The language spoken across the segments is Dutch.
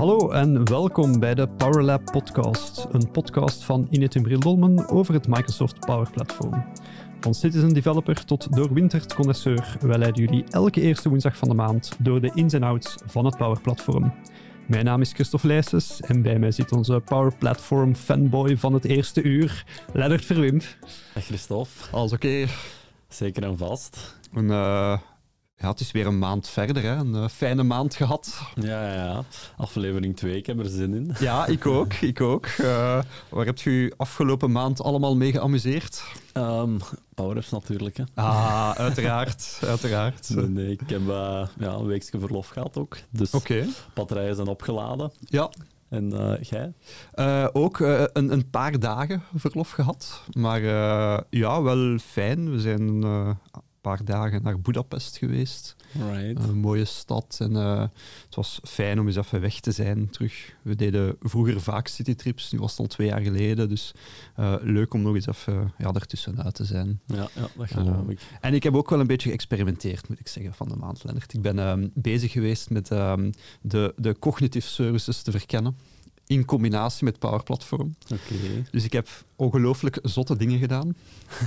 Hallo en welkom bij de PowerLab podcast, een podcast van Inet en Bril Dolmen over het Microsoft Power Platform. Van citizen developer tot doorwinterd connoisseur, wij leiden jullie elke eerste woensdag van de maand door de ins en outs van het Power Platform. Mijn naam is Christophe Leijsens en bij mij zit onze Power Platform fanboy van het eerste uur, Leonard Verwimp. Dag Christophe. Alles oké? Zeker en vast. Ja, het is weer een maand verder, hè. Een fijne maand gehad. Ja. Aflevering 2, ik heb er zin in. Ja, ik ook. Waar heb je je afgelopen maand allemaal mee geamuseerd? Power-ups natuurlijk. Hè. Uiteraard. Nee, ik heb een weekje verlof gehad ook. Dus batterijen zijn opgeladen. Ja. En jij? Ook een paar dagen verlof gehad. Maar wel fijn. We zijn een paar dagen naar Budapest geweest. Right. Een mooie stad. En het was fijn om eens even weg te zijn terug. We deden vroeger vaak citytrips. Nu was het al 2 jaar geleden. Dus leuk om nog eens even ertussenuit te zijn. Ja, dat geloof ik. En ik heb ook wel een beetje geëxperimenteerd, moet ik zeggen, van de maand, Lennart. Ik ben bezig geweest met de cognitive services te verkennen. In combinatie met Power Platform. Okay. Dus ik heb ongelooflijk zotte dingen gedaan.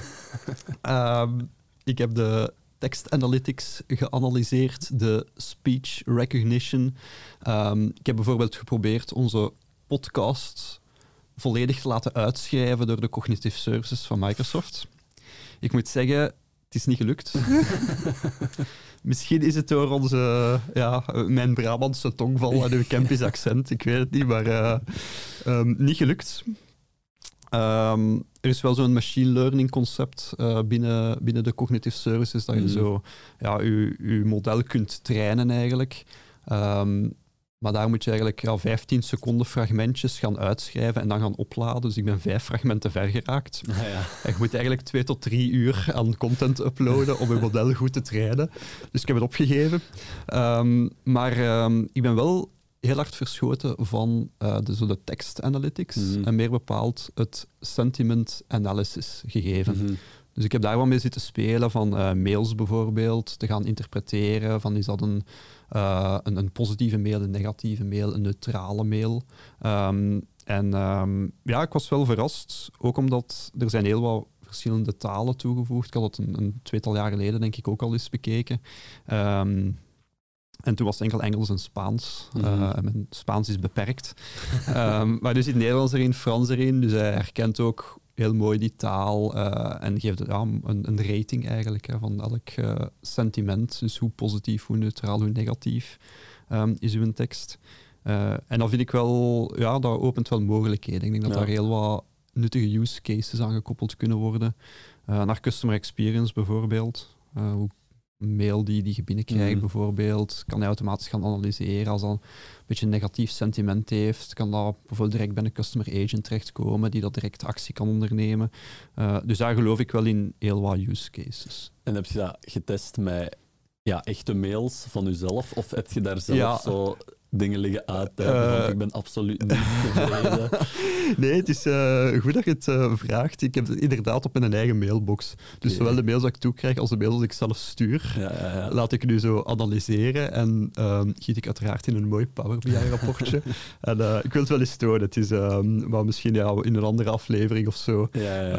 Ik heb de text analytics geanalyseerd, de speech recognition. Ik heb bijvoorbeeld geprobeerd onze podcast volledig te laten uitschrijven door de cognitive services van Microsoft. Ik moet zeggen, het is niet gelukt. Misschien is het door mijn Brabantse tongval en uw Kempisch accent. Ik weet het niet, maar niet gelukt. Er is wel zo'n machine learning concept binnen de cognitive services, dat je zo je model kunt trainen eigenlijk. Maar daar moet je eigenlijk 15 seconden fragmentjes gaan uitschrijven en dan gaan opladen. Dus ik ben 5 fragmenten ver geraakt. Ja. En je moet eigenlijk 2 tot 3 uur aan content uploaden om je model goed te trainen. Dus ik heb het opgegeven. Maar ik ben wel heel hard verschoten van de text analytics en meer bepaald het sentiment analysis gegeven. Mm-hmm. Dus ik heb daar wel mee zitten spelen van mails bijvoorbeeld, te gaan interpreteren van is dat een positieve mail, een negatieve mail, een neutrale mail. Ik was wel verrast, ook omdat er zijn heel wat verschillende talen toegevoegd. Ik had het een 2-tal jaar geleden denk ik ook al eens bekeken. En toen was het enkel Engels en Spaans. En mijn Spaans is beperkt. Maar er zit Nederlands erin, Frans erin. Dus hij herkent ook heel mooi die taal en geeft een rating eigenlijk van elk sentiment. Dus hoe positief, hoe neutraal, hoe negatief is uw tekst. En dat vind ik wel, dat opent wel mogelijkheden. Ik denk dat daar heel wat nuttige use cases aan gekoppeld kunnen worden. Naar customer experience bijvoorbeeld. Hoe een mail die je binnenkrijgt bijvoorbeeld, kan hij automatisch gaan analyseren. Als dat een beetje een negatief sentiment heeft, kan dat bijvoorbeeld direct bij een customer agent terechtkomen die dat direct actie kan ondernemen. Dus daar geloof ik wel in heel wat use cases. En heb je dat getest met echte mails van jezelf? Of heb je daar zelf zo dingen liggen uittuigen? Want ik ben absoluut niet tevreden. Nee, het is goed dat je het vraagt. Ik heb het inderdaad op mijn eigen mailbox. Dus zowel de mails die ik toekrijg als de mails die ik zelf stuur, laat ik nu zo analyseren en giet ik uiteraard in een mooi Power BI-rapportje. En ik wil het wel eens tonen. Het is maar misschien in een andere aflevering of zo.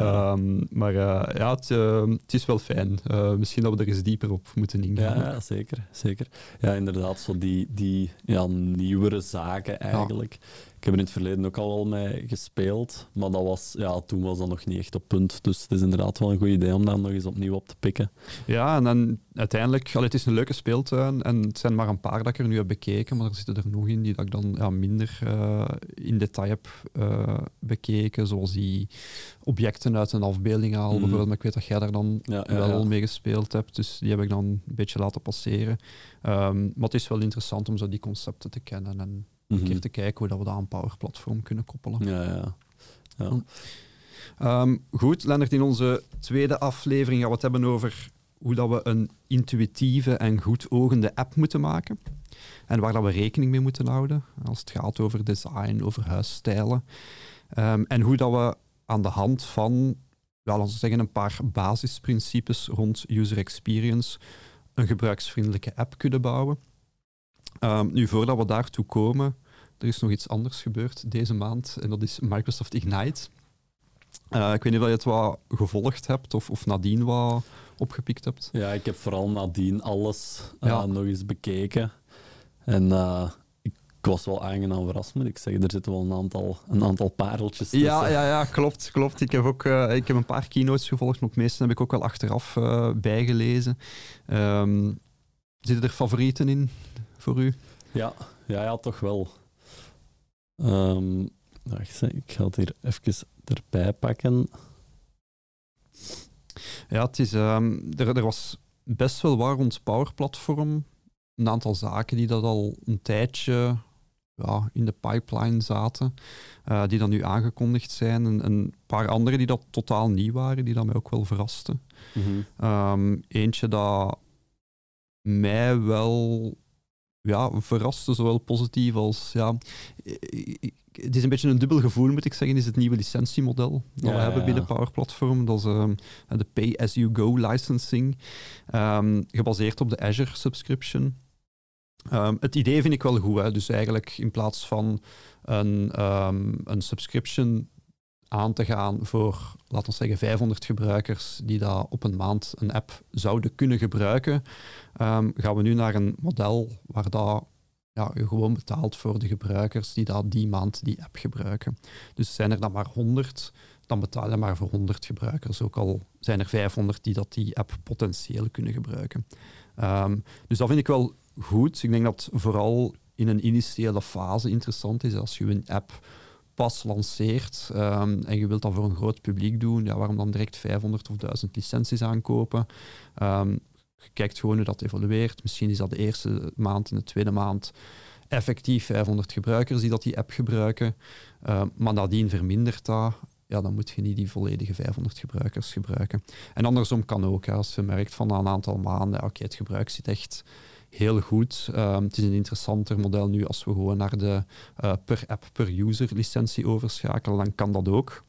Het is wel fijn. Misschien dat we er eens dieper op moeten ingaan. Ja, zeker. Ja, inderdaad, zo die nieuwere zaken eigenlijk. Ik heb er in het verleden ook al wel mee gespeeld, maar toen was dat nog niet echt op punt. Dus het is inderdaad wel een goed idee om dat nog eens opnieuw op te pikken. Ja, en dan uiteindelijk, het is een leuke speeltuin en het zijn maar een paar dat ik er nu heb bekeken, maar er zitten er nog in die dat ik dan minder in detail heb bekeken, zoals die objecten uit een afbeelding halen bijvoorbeeld, maar ik weet dat jij daar dan wel mee gespeeld hebt, dus die heb ik dan een beetje laten passeren. Maar het is wel interessant om zo die concepten te kennen en een keer te kijken hoe dat we dat aan Power Platform kunnen koppelen. Ja. Goed, Lennart, in onze tweede aflevering gaan we het hebben over hoe dat we een intuïtieve en goed ogende app moeten maken. En waar dat we rekening mee moeten houden als het gaat over design, over huisstijlen. En hoe dat we aan de hand van, laten we zeggen, een paar basisprincipes rond user experience een gebruiksvriendelijke app kunnen bouwen. Nu, voordat we daartoe komen, er is nog iets anders gebeurd deze maand en dat is Microsoft Ignite. Ik weet niet of je het wat gevolgd hebt of nadien wat opgepikt hebt. Ja, ik heb vooral nadien alles nog eens bekeken. En ik was wel aangenaam verrast, moet ik zeggen. Er zitten wel een aantal pareltjes tussen. Ja, klopt. Ik heb een paar keynotes gevolgd, maar op de meeste heb ik ook wel achteraf bijgelezen. Zitten er favorieten in voor u? Ja, toch wel. Ik ga het hier even erbij pakken. Ja, het is, er was best wel wat rond Power Platform. Een aantal zaken die dat al een tijdje in de pipeline zaten, die dan nu aangekondigd zijn. En een paar andere die dat totaal nieuw waren, die dat mij ook wel verrasten. Mm-hmm. Eentje dat mij wel verraste, zowel positief als... Het is een beetje een dubbel gevoel, moet ik zeggen, is het nieuwe licentiemodel dat we hebben binnen Power Platform. Dat is de pay-as-you-go licensing, gebaseerd op de Azure subscription. Het idee vind ik wel goed, hè? Dus eigenlijk in plaats van een subscription aan te gaan voor, laten we zeggen, 500 gebruikers die dat op een maand een app zouden kunnen gebruiken, gaan we nu naar een model waar dat je gewoon betaalt voor de gebruikers die dat die maand die app gebruiken. Dus zijn er dan maar 100, dan betaal je maar voor 100 gebruikers. Ook al zijn er 500 die dat die app potentieel kunnen gebruiken. Dus dat vind ik wel goed. Ik denk dat vooral in een initiële fase interessant is als je een app pas lanceert en je wilt dat voor een groot publiek doen, waarom dan direct 500 of 1000 licenties aankopen? Je kijkt gewoon hoe dat evolueert. Misschien is dat de eerste maand en de tweede maand effectief 500 gebruikers die die app gebruiken. Maar nadien vermindert dat. Ja, dan moet je niet die volledige 500 gebruikers gebruiken. En andersom kan ook. Als je merkt van na een aantal maanden, het gebruik zit echt heel goed. Het is een interessanter model nu als we gewoon naar de per app, per user licentie overschakelen. Dan kan dat ook.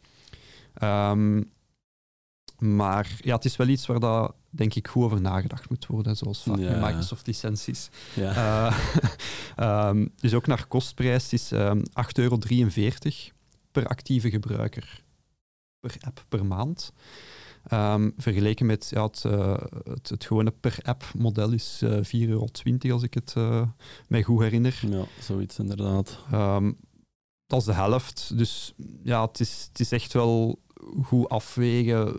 Maar ja, het is wel iets waar dat, denk ik, goed over nagedacht moet worden, zoals vaak met Microsoft-licenties. Ja. Dus ook naar kostprijs is €8,43 per actieve gebruiker per app per maand. Vergeleken met het gewone per-app-model is €4,20 als ik het mij goed herinner. Ja, zoiets inderdaad. Dat is de helft. Dus ja, het is echt wel goed afwegen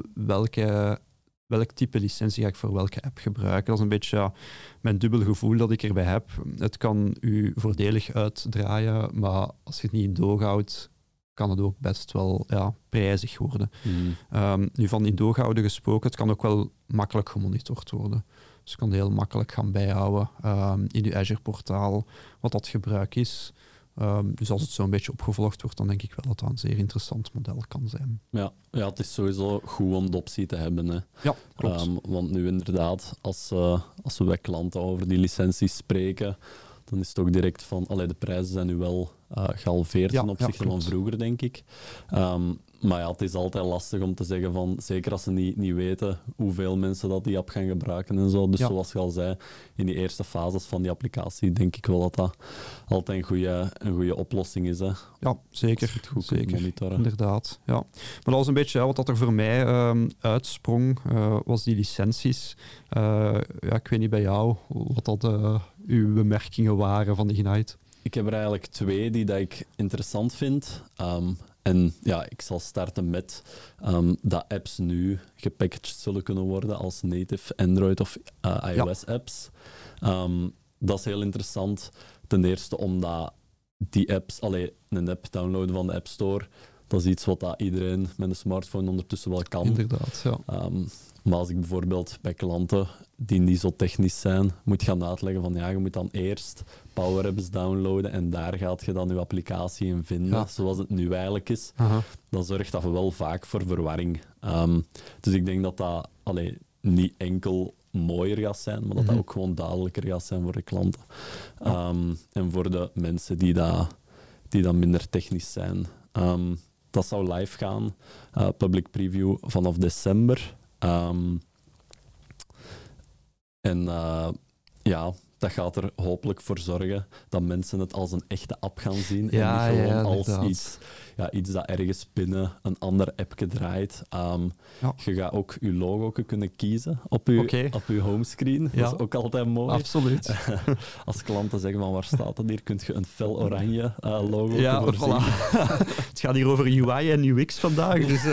welk type licentie ga ik voor welke app gebruiken. Dat is een beetje mijn dubbel gevoel dat ik erbij heb. Het kan u voordelig uitdraaien, maar als je het niet in doog houdt, kan het ook best wel prijzig worden. Nu van in doog houden gesproken, het kan ook wel makkelijk gemonitord worden. Dus je kan heel makkelijk gaan bijhouden in je Azure-portaal wat dat gebruik is. Dus als het zo een beetje opgevolgd wordt, dan denk ik wel dat dat een zeer interessant model kan zijn. Ja, het is sowieso goed om de optie te hebben. Hè. Ja, klopt. Want nu inderdaad, als we bij klanten over die licenties spreken, dan is het ook direct van, de prijzen zijn nu wel gehalveerd ten opzichte van vroeger, denk ik. Maar ja, het is altijd lastig om te zeggen van, zeker als ze niet weten hoeveel mensen dat die app gaan gebruiken en zo. Dus zoals je al zei, in die eerste fases van die applicatie denk ik wel dat dat altijd een goede oplossing is. Hè. Ja, zeker. Het goed zeker monitoren. Inderdaad. Ja. Maar dat was een beetje wat dat er voor mij uitsprong, was die licenties. Ik weet niet bij jou wat dat uw bemerkingen waren van de Ignite. Ik heb er eigenlijk 2 die dat ik interessant vind. En ja, ik zal starten met dat apps nu gepackaged zullen kunnen worden als native Android of iOS-apps. Dat is heel interessant. Ten eerste omdat die apps, een app downloaden van de App Store, dat is iets wat dat iedereen met een smartphone ondertussen wel kan. Inderdaad, ja. Maar als ik bijvoorbeeld bij klanten die niet zo technisch zijn, moet gaan uitleggen van je moet dan eerst Power Apps downloaden en daar gaat je dan je applicatie in vinden, zoals het nu eigenlijk is, dan zorgt dat wel vaak voor verwarring. Dus ik denk dat dat niet enkel mooier gaat zijn, maar dat dat ook gewoon duidelijker gaat zijn voor de klanten. En voor de mensen die dat minder technisch zijn. Dat zou live gaan, public preview vanaf december. dat gaat er hopelijk voor zorgen dat mensen het als een echte app gaan zien. Ja, en niet gewoon als inderdaad. iets dat ergens binnen een ander appje draait. Je gaat ook je logo kunnen kiezen op je homescreen. Ja. Dat is ook altijd mooi. Absoluut. Als klanten zeggen van waar staat dat hier, kun je een fel oranje logo Ja, voorzien. voilà. Het gaat hier over UI en UX vandaag. Dus,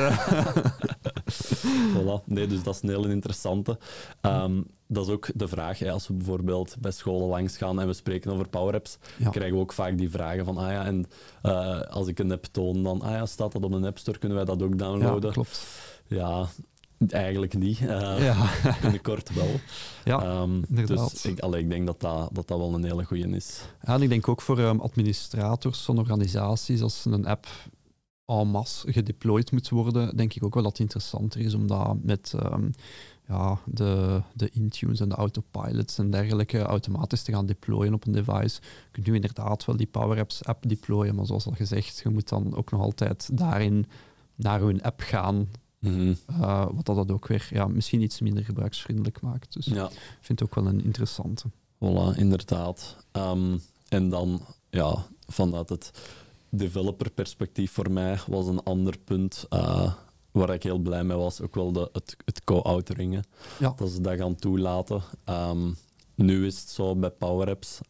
Voilà. Nee, dus dat is een hele interessante. Dat is ook de vraag, als we bijvoorbeeld bij scholen langs gaan en we spreken over Power Apps, krijgen we ook vaak die vragen van, als ik een app toon, dan, staat dat op een App Store, kunnen wij dat ook downloaden? Ja, klopt. Ja, eigenlijk niet. Binnenkort wel. Ja, inderdaad. Dus ik denk dat wel een hele goeie is. Ja, en ik denk ook voor administrators van organisaties, als een app en masse gedeployed moet worden, denk ik ook wel dat het interessanter is om dat met de Intunes en de autopilots en dergelijke automatisch te gaan deployen op een device. Je kunt nu inderdaad wel die Power Apps app deployen, maar zoals al gezegd, je moet dan ook nog altijd daarin naar hun app gaan. Wat dat ook weer misschien iets minder gebruiksvriendelijk maakt. Dus ik vind het ook wel een interessante. Voilà, inderdaad. En dan, vanuit het developer-perspectief voor mij was een ander punt waar ik heel blij mee was, ook wel het co-auteringen. Ja. Dat ze dat gaan toelaten. Nu is het zo bij Power Apps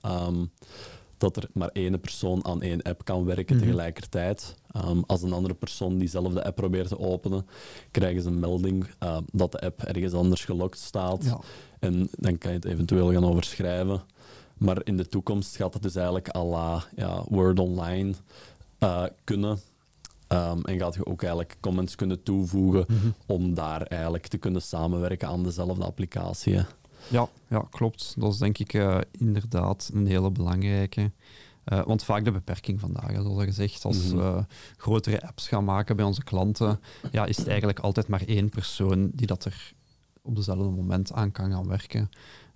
dat er maar één persoon aan één app kan werken tegelijkertijd. Als een andere persoon diezelfde app probeert te openen, krijgen ze een melding dat de app ergens anders gelokt staat. Ja. En dan kan je het eventueel gaan overschrijven. Maar in de toekomst gaat het dus eigenlijk à la Word Online kunnen. En gaat je ook eigenlijk comments kunnen toevoegen om daar eigenlijk te kunnen samenwerken aan dezelfde applicatie. Hè. Ja, klopt. Dat is denk ik inderdaad een hele belangrijke. Want vaak de beperking vandaag, zoals al gezegd, als we grotere apps gaan maken bij onze klanten, is het eigenlijk altijd maar één persoon die dat er op dezelfde moment aan kan gaan werken.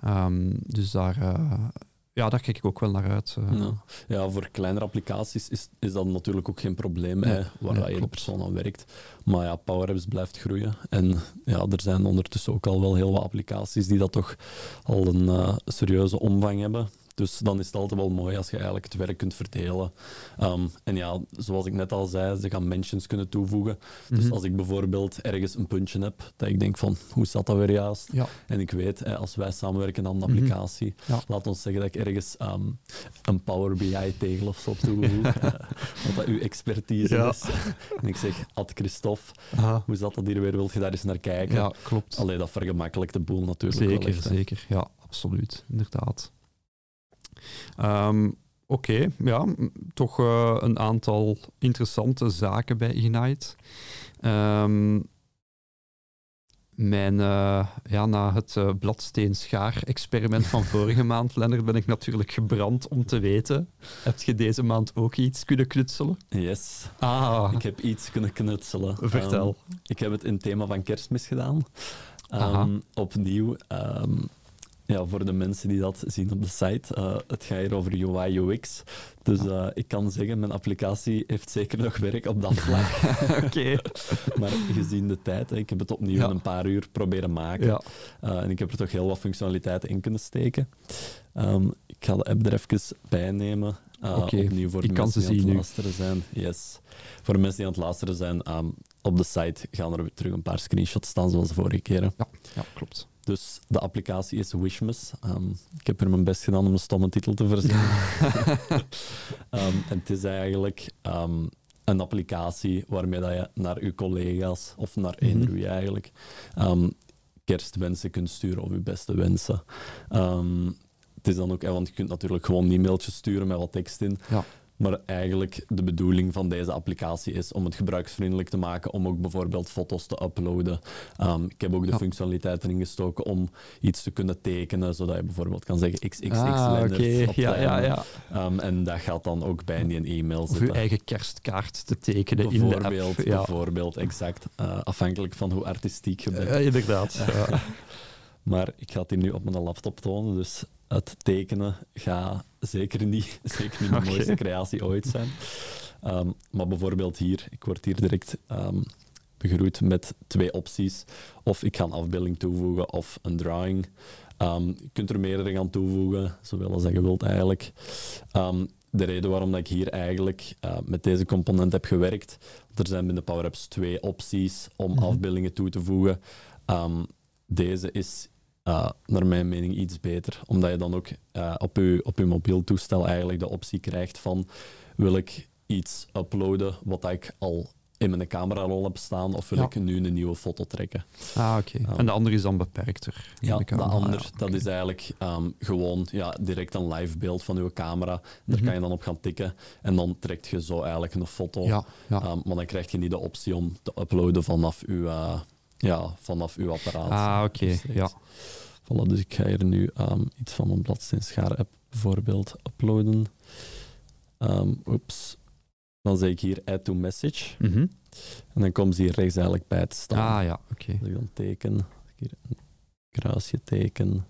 Dus daar kijk ik ook wel naar uit. Ja, voor kleinere applicaties is dat natuurlijk ook geen probleem, waar één persoon aan werkt. Maar Power Apps blijft groeien. En er zijn ondertussen ook al wel heel wat applicaties die dat toch al een serieuze omvang hebben. Dus dan is het altijd wel mooi als je eigenlijk het werk kunt verdelen. En zoals ik net al zei, ze gaan mentions kunnen toevoegen. Dus als ik bijvoorbeeld ergens een puntje heb, dat ik denk van, hoe zat dat weer juist? Ja. En ik weet, als wij samenwerken aan een applicatie, laat ons zeggen dat ik ergens een Power BI-tegel of zo toevoeg, wat dat uw expertise is. En ik zeg, Christophe, hoe zat dat hier weer? Wilt je daar eens naar kijken? Ja, klopt. Allee, dat vergemakkelijkt de boel natuurlijk. Zeker. Ja, absoluut. Inderdaad. Oké, toch een aantal interessante zaken bij Ignite. Na het bladsteen-schaar-experiment van vorige maand, Lennart, ben ik natuurlijk gebrand om te weten. Heb je deze maand ook iets kunnen knutselen? Yes. Ik heb iets kunnen knutselen. Vertel. Ik heb het in het thema van Kerstmis gedaan. Opnieuw... voor de mensen die dat zien op de site, het gaat hier over UI, UX. Dus ik kan zeggen, mijn applicatie heeft zeker nog werk op dat vlak. Oké. Maar gezien de tijd, ik heb het opnieuw in een paar uur proberen maken. Ja. En ik heb er toch heel wat functionaliteiten in kunnen steken. Ik ga de app er even bij nemen. Opnieuw voor de mensen die aan het luisteren zijn. Yes. Voor de mensen die aan het luisteren zijn, op de site gaan er terug een paar screenshots staan, zoals de vorige keren. Ja, klopt. Dus de applicatie is Wishmas. Ik heb er mijn best gedaan om een stomme titel te verzinnen. En het is eigenlijk een applicatie waarmee dat je naar je collega's, of naar eender wie eigenlijk, kerstwensen kunt sturen of je beste wensen. Het is dan ook, want je kunt natuurlijk gewoon e-mailtjes sturen met wat tekst in. Ja. Maar eigenlijk de bedoeling van deze applicatie is om het gebruiksvriendelijk te maken, om ook bijvoorbeeld foto's te uploaden. Ik heb ook de functionaliteit erin gestoken om iets te kunnen tekenen, zodat je bijvoorbeeld kan zeggen XXX Lennart. En dat gaat dan ook bij in die e-mail zitten. Of je eigen kerstkaart te tekenen in de app. Bijvoorbeeld, exact. Afhankelijk van hoe artistiek je bent. Inderdaad. Maar ik ga het hier nu op mijn laptop tonen, dus het tekenen gaat zeker niet de mooiste creatie ooit zijn. Maar bijvoorbeeld hier, ik word hier direct begroet met 2 opties. Of ik ga een afbeelding toevoegen of een drawing. Je kunt er meerdere gaan toevoegen, zoveel als je wilt eigenlijk. De reden waarom dat ik hier eigenlijk met deze component heb gewerkt, er zijn binnen Power Apps 2 opties om afbeeldingen toe te voegen. Deze is naar mijn mening iets beter, omdat je dan ook op je mobiel toestel eigenlijk de optie krijgt van wil ik iets uploaden wat ik al in mijn camerarol heb staan of wil ik nu een nieuwe foto trekken. Oké. En de andere is dan beperkter? Ja, de ander, dat is eigenlijk gewoon direct een live beeld van je camera. Daar kan je dan op gaan tikken en dan trekt je zo eigenlijk een foto. Maar dan krijg je niet de optie om te uploaden vanaf uw apparaat. Oké. Ja. Voilà, dus ik ga hier nu iets van mijn Bladzijnschaar-app bijvoorbeeld uploaden. Dan zeg ik hier add to message. En dan komen ze hier rechts eigenlijk bij te staan. Oké. Als ik dan teken, hier een kruisje teken,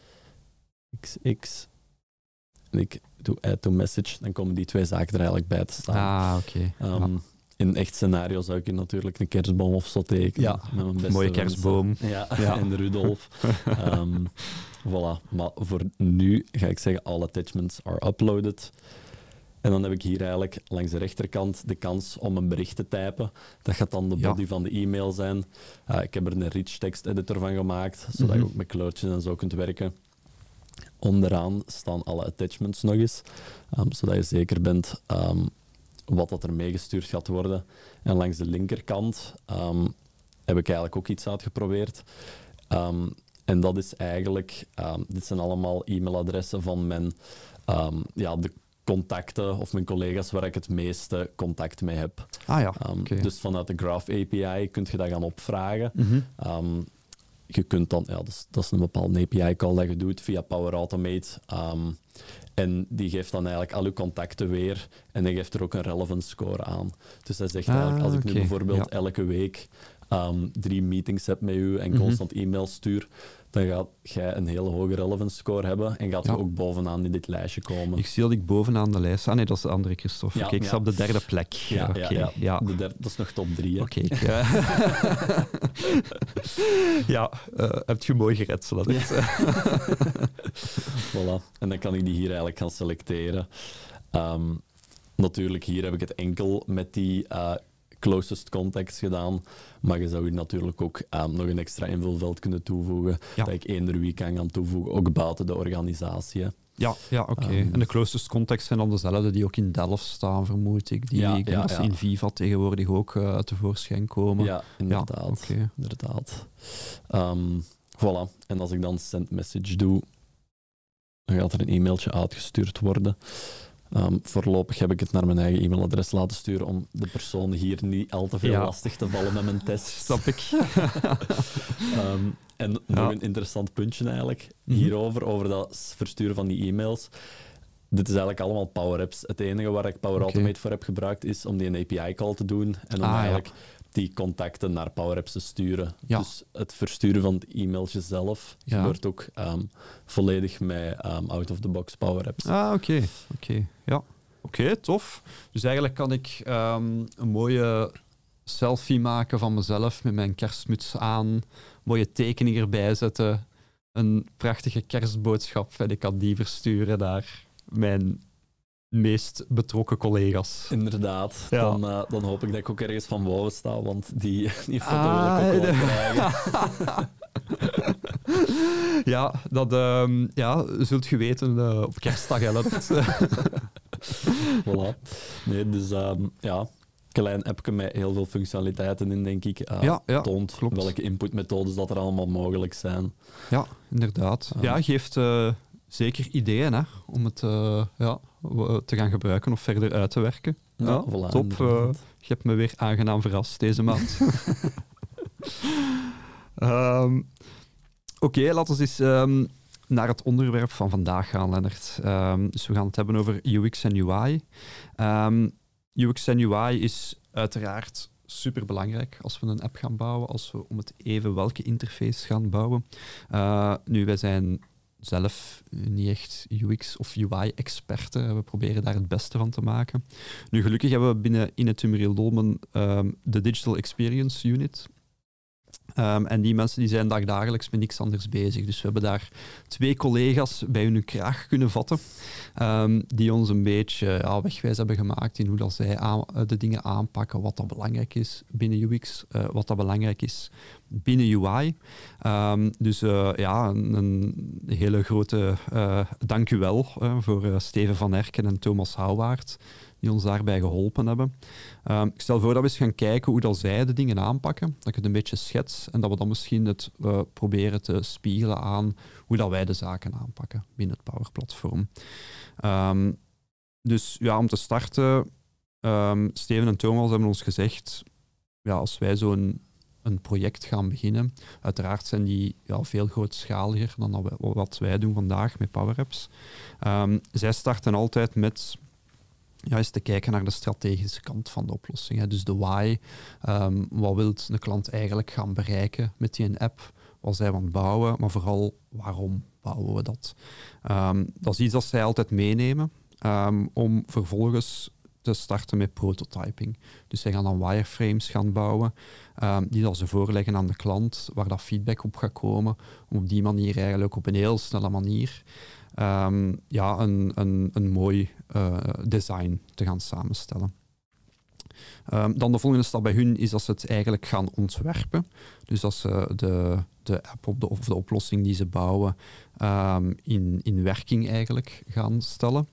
XX, en ik doe add to message, dan komen die twee zaken er eigenlijk bij te staan. Oké. In een echt scenario zou ik hier natuurlijk een kerstboom of zo tekenen. Met mijn beste mooie kerstboom. En de Rudolf. Voilà. Maar voor nu ga ik zeggen, all attachments are uploaded. En dan heb ik hier eigenlijk langs de rechterkant de kans om een bericht te typen. Dat gaat dan de body van de e-mail zijn. Ik heb er een rich text editor van gemaakt, zodat je ook met kleurtjes en zo kunt werken. Onderaan staan alle attachments nog eens, zodat je zeker bent wat dat er meegestuurd gaat worden. En langs de linkerkant heb ik eigenlijk ook iets uitgeprobeerd. En dat is eigenlijk, dit zijn allemaal e-mailadressen van mijn de contacten of mijn collega's waar ik het meeste contact mee heb. Dus vanuit de Graph API kun je dat gaan opvragen. Je kunt dan, dat is een bepaalde API-call dat je doet via Power Automate. En die geeft dan eigenlijk al uw contacten weer en die geeft er ook een relevance score aan. Dus hij zegt eigenlijk, als ik nu bijvoorbeeld elke week 3 meetings heb met u en constant e-mails stuur, dan gaat jij een hele hoge relevance score hebben en gaat je ook bovenaan in dit lijstje komen. Ik zie dat ik bovenaan de lijst... nee, dat is de andere Christophe. Ik sta op de 3e plek. Dat is nog top 3. Heb je mooi gered, zodat het... Voilà. En dan kan ik die hier eigenlijk gaan selecteren. Natuurlijk, hier heb ik het enkel met die closest contacts gedaan, maar je zou hier natuurlijk ook nog een extra invulveld kunnen toevoegen, dat ik eender wie kan gaan toevoegen, ook buiten de organisatie. Oké. En de closest contacts zijn dan dezelfde die ook in Delft staan, vermoed ik. Ik denk dat ze in Viva tegenwoordig ook tevoorschijn komen. Ja, inderdaad. Inderdaad. Voilà. En als ik dan send message doe, dan gaat er een e-mailtje uitgestuurd worden. Voorlopig heb ik het naar mijn eigen e-mailadres laten sturen om de persoon hier niet al te veel lastig te vallen met mijn test. Snap ik. En nog een interessant puntje eigenlijk hierover, over dat versturen van die e-mails. Dit is eigenlijk allemaal Power Apps. Het enige waar ik Power Automate voor heb gebruikt is om die een API-call te doen en om eigenlijk die contacten naar Power Apps te sturen. Dus het versturen van het e-mailtje zelf gebeurt ook volledig met out-of-the-box Power Apps. Oké, tof. Dus eigenlijk kan ik een mooie selfie maken van mezelf met mijn kerstmuts aan, mooie tekening erbij zetten, een prachtige kerstboodschap en ik kan die versturen naar mijn meest betrokken collega's. Inderdaad. Dan hoop ik dat ik ook ergens van boven sta, want die foto wil ik ook wel krijgen. Zult je weten op kerstdag. Voilà. Nee, dus klein appje met heel veel functionaliteiten in, denk ik. Toont welke inputmethodes dat er allemaal mogelijk zijn. Ja, inderdaad. Geeft zeker ideeën om het te gaan gebruiken of verder uit te werken. Voilà, top. Je hebt me weer aangenaam verrast deze maand. Oké, laten we eens naar het onderwerp van vandaag gaan, Lennart. Dus we gaan het hebben over UX en UI. UX en UI is uiteraard superbelangrijk als we een app gaan bouwen, als we om het even welke interface gaan bouwen. Nu, wij zijn zelf niet echt UX of UI-experten. We proberen daar het beste van te maken. Nu, gelukkig hebben we binnen in het Inetumeriel Dolmen de Digital Experience Unit. En die mensen die zijn dagelijks met niks anders bezig. Dus we hebben daar 2 collega's bij hun kraag kunnen vatten, die ons een beetje wegwijs hebben gemaakt in hoe dat zij de dingen aanpakken, wat dat belangrijk is binnen UX, wat dat belangrijk is binnen UI. Een hele grote dank u wel voor Steven van Erken en Thomas Houwaard, die ons daarbij geholpen hebben. Ik stel voor dat we eens gaan kijken hoe dat zij de dingen aanpakken, dat ik het een beetje schets en dat we dan misschien het proberen te spiegelen aan hoe dat wij de zaken aanpakken binnen het Power Platform. Om te starten, Steven en Thomas hebben ons gezegd, als wij zo'n project gaan beginnen, uiteraard zijn die veel grootschaliger dan wat wij doen vandaag met Power Apps. Zij starten altijd met eens te kijken naar de strategische kant van de oplossing. Hè. Dus de why. Wat wil de klant eigenlijk gaan bereiken met die app? Wat zijn we aan het bouwen? Maar vooral, waarom bouwen we dat? Dat is iets dat zij altijd meenemen om vervolgens te starten met prototyping. Dus zij gaan dan wireframes gaan bouwen, die dat ze voorleggen aan de klant, waar dat feedback op gaat komen, om op die manier eigenlijk op een heel snelle manier een mooi design te gaan samenstellen. Dan de volgende stap bij hun is dat ze het eigenlijk gaan ontwerpen. Dus dat ze de app of de oplossing die ze bouwen in werking eigenlijk gaan stellen.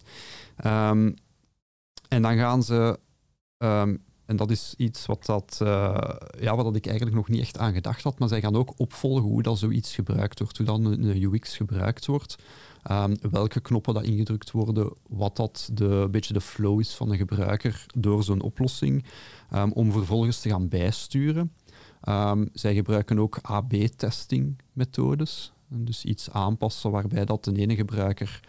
En dan gaan ze, en dat is iets wat ik eigenlijk nog niet echt aan gedacht had, maar zij gaan ook opvolgen hoe dat zoiets gebruikt wordt, hoe dan een UX gebruikt wordt. Welke knoppen dat ingedrukt worden, wat dat beetje de flow is van een gebruiker door zo'n oplossing, om vervolgens te gaan bijsturen. Zij gebruiken ook AB-testing methodes, dus iets aanpassen waarbij dat de ene gebruiker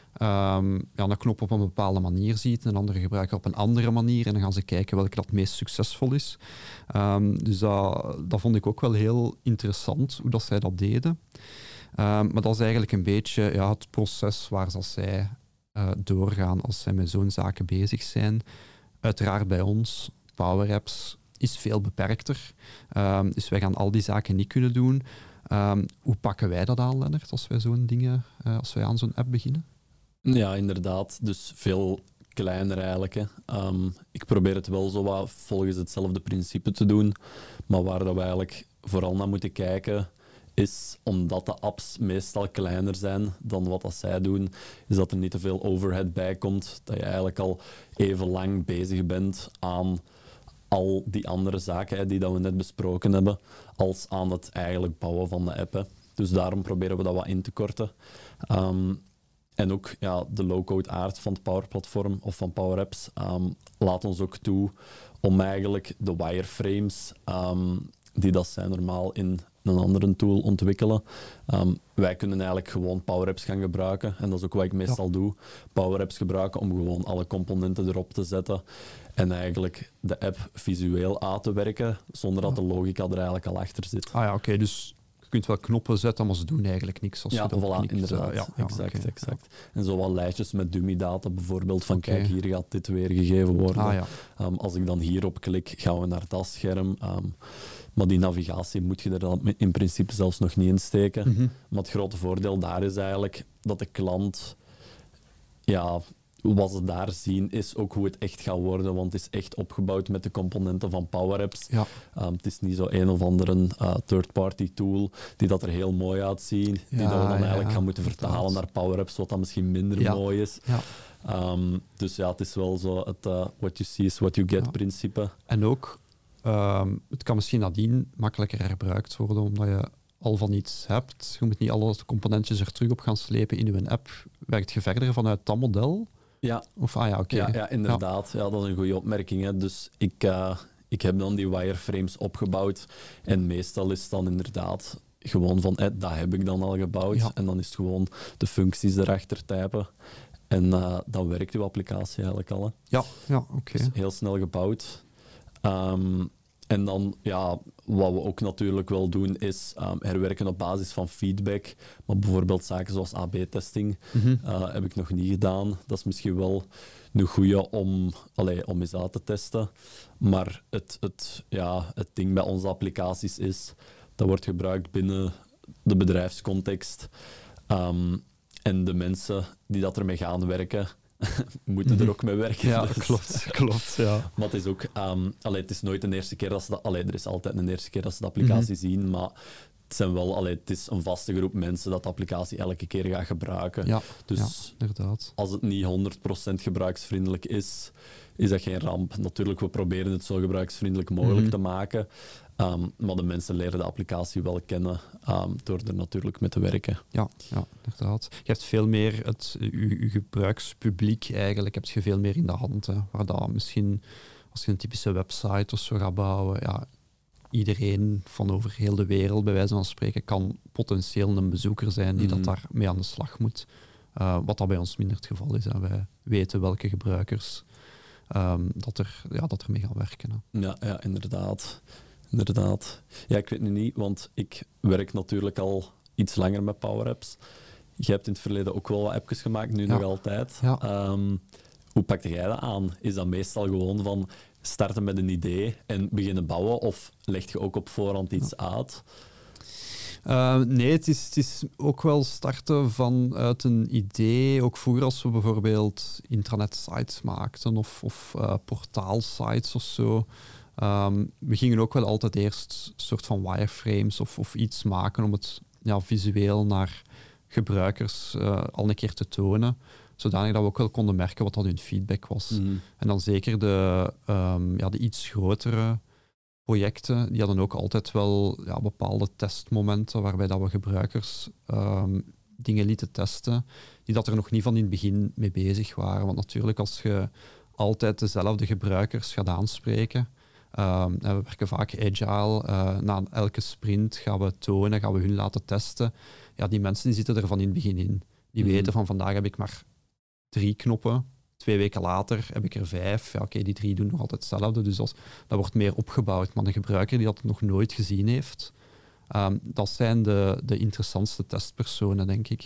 een knop op een bepaalde manier ziet, een andere gebruiker op een andere manier, en dan gaan ze kijken welke dat meest succesvol is. Dus dat vond ik ook wel heel interessant, hoe dat zij dat deden. Maar dat is eigenlijk een beetje het proces waar zij doorgaan als zij met zo'n zaken bezig zijn. Uiteraard bij ons, Power Apps, is veel beperkter. Dus wij gaan al die zaken niet kunnen doen. Hoe pakken wij dat aan, Lennart, als wij aan zo'n app beginnen? Ja, inderdaad. Dus veel kleiner eigenlijk. Hè. Ik probeer het wel zo wat volgens hetzelfde principe te doen, maar waar dat we eigenlijk vooral naar moeten kijken is, omdat de apps meestal kleiner zijn dan wat dat zij doen, is dat er niet te veel overhead bij komt, dat je eigenlijk al even lang bezig bent aan al die andere zaken die dat we net besproken hebben, als aan het eigenlijk bouwen van de app. Hè. Dus daarom proberen we dat wat in te korten. En ook de low-code aard van het Power Platform of van Power Apps laat ons ook toe om eigenlijk de wireframes, die dat zij normaal in een andere tool ontwikkelen. Wij kunnen eigenlijk gewoon Power Apps gaan gebruiken. En dat is ook wat ik meestal doe. Power Apps gebruiken om gewoon alle componenten erop te zetten. En eigenlijk de app visueel aan te werken, zonder dat de logica er eigenlijk al achter zit. Oké. Dus je kunt wel knoppen zetten, maar ze doen eigenlijk niks. Als je voilà, knikt, inderdaad. Exact. En zo wat lijstjes met dummy data bijvoorbeeld, van kijk, hier gaat dit weergegeven worden. Als ik dan hierop klik, gaan we naar dat scherm. Maar die navigatie moet je er dan in principe zelfs nog niet in steken. Mm-hmm. Maar het grote voordeel daar is eigenlijk dat de klant, wat ze daar zien, is ook hoe het echt gaat worden. Want het is echt opgebouwd met de componenten van Power Apps. Ja. Het is niet zo een of andere third-party tool die dat er heel mooi uitziet. Die dat we dan eigenlijk gaan moeten vertalen naar Power Apps, wat dan misschien minder mooi is. Ja. Dus het is wel zo het what you see is what you get principe. En ook, het kan misschien nadien makkelijker gebruikt worden, omdat je al van iets hebt. Je moet niet alle componentjes er terug op gaan slepen in je app. Werkt je verder vanuit dat model? Ja. Of, oké. Ja, inderdaad. Ja, dat is een goede opmerking. Hè. Dus ik heb dan die wireframes opgebouwd en meestal is het dan inderdaad gewoon van, dat heb ik dan al gebouwd. Ja. En dan is het gewoon de functies erachter typen. En dan werkt uw applicatie eigenlijk al. Hè. Ja, oké. Dus heel snel gebouwd. En dan, wat we ook natuurlijk wel doen, is herwerken op basis van feedback. Maar bijvoorbeeld zaken zoals AB-testing heb ik nog niet gedaan. Dat is misschien wel een goeie om eens uit te testen. Maar het ding bij onze applicaties is, dat wordt gebruikt binnen de bedrijfscontext. En de mensen die dat ermee gaan werken, moeten er ook mee werken. Ja, dus. klopt. Ja. Maar het is ook... het is nooit de eerste keer dat ze dat... er is altijd een eerste keer dat ze de applicatie zien, maar het is een vaste groep mensen dat de applicatie elke keer gaat gebruiken. Ja, dus inderdaad. Als het niet 100% gebruiksvriendelijk is, is dat geen ramp. Natuurlijk, we proberen het zo gebruiksvriendelijk mogelijk te maken. Maar de mensen leren de applicatie wel kennen door er natuurlijk mee te werken. Ja, inderdaad. Je hebt veel meer je gebruikspubliek eigenlijk, heb je veel meer in de hand. Hè, waar dat misschien, als je een typische website of zo gaat bouwen, ja, iedereen van over heel de wereld, bij wijze van spreken, kan potentieel een bezoeker zijn die dat daarmee aan de slag moet. Wat dat bij ons minder het geval is. Hè. Wij weten welke gebruikers dat er mee gaan werken. Hè. Ja, inderdaad. Ja, ik weet nu niet, want ik werk natuurlijk al iets langer met Power Apps. Je hebt in het verleden ook wel wat appjes gemaakt, nu nog altijd. Ja. Hoe pakte jij dat aan? Is dat meestal gewoon van starten met een idee en beginnen bouwen, of leg je ook op voorhand iets uit? Nee, het is ook wel starten vanuit een idee. Ook vroeger als we bijvoorbeeld intranet-sites maakten of portaalsites of zo. We gingen ook wel altijd eerst een soort van wireframes of iets maken om het visueel naar gebruikers al een keer te tonen. Zodanig dat we ook wel konden merken wat dat hun feedback was. En dan zeker de iets grotere projecten, die hadden ook altijd wel bepaalde testmomenten waarbij dat we gebruikers dingen lieten testen, die dat er nog niet van in het begin mee bezig waren. Want natuurlijk, als je altijd dezelfde gebruikers gaat aanspreken, we werken vaak agile, na elke sprint gaan we tonen, gaan we hun laten testen. Ja, die mensen die zitten er van in het begin in. Die weten van vandaag heb ik maar 3 knoppen. 2 weken later heb ik er 5. Ja, oké, die 3 doen nog altijd hetzelfde. Dus dat wordt meer opgebouwd. Maar de gebruiker die dat nog nooit gezien heeft, dat zijn de interessantste testpersonen, denk ik.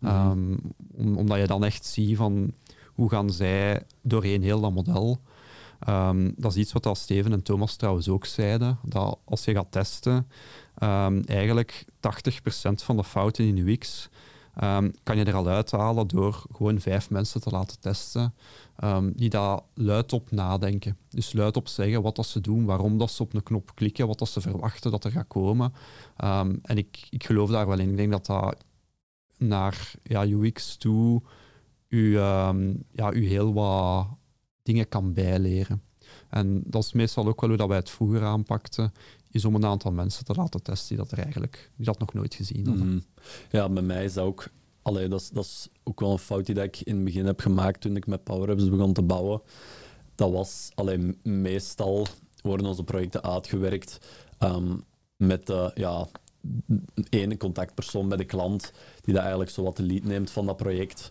Omdat je dan echt ziet van hoe gaan zij doorheen heel dat model. Dat is iets wat Steven en Thomas trouwens ook zeiden. Dat als je gaat testen, eigenlijk 80% van de fouten in UX kan je er al uithalen door gewoon 5 mensen te laten testen die daar luidop nadenken. Dus luidop zeggen wat dat ze doen, waarom dat ze op een knop klikken, wat dat ze verwachten dat er gaat komen. En ik geloof daar wel in. Ik denk dat naar UX toe u heel wat dingen kan bijleren. En dat is meestal ook wel hoe dat wij het vroeger aanpakten, is om een aantal mensen te laten testen die dat nog nooit gezien hadden. Ja, bij mij is dat ook... dat is ook wel een fout die ik in het begin heb gemaakt toen ik met Power Apps begon te bouwen. Dat was... meestal worden onze projecten uitgewerkt met de ene contactpersoon bij de klant die dat eigenlijk zo wat de lead neemt van dat project.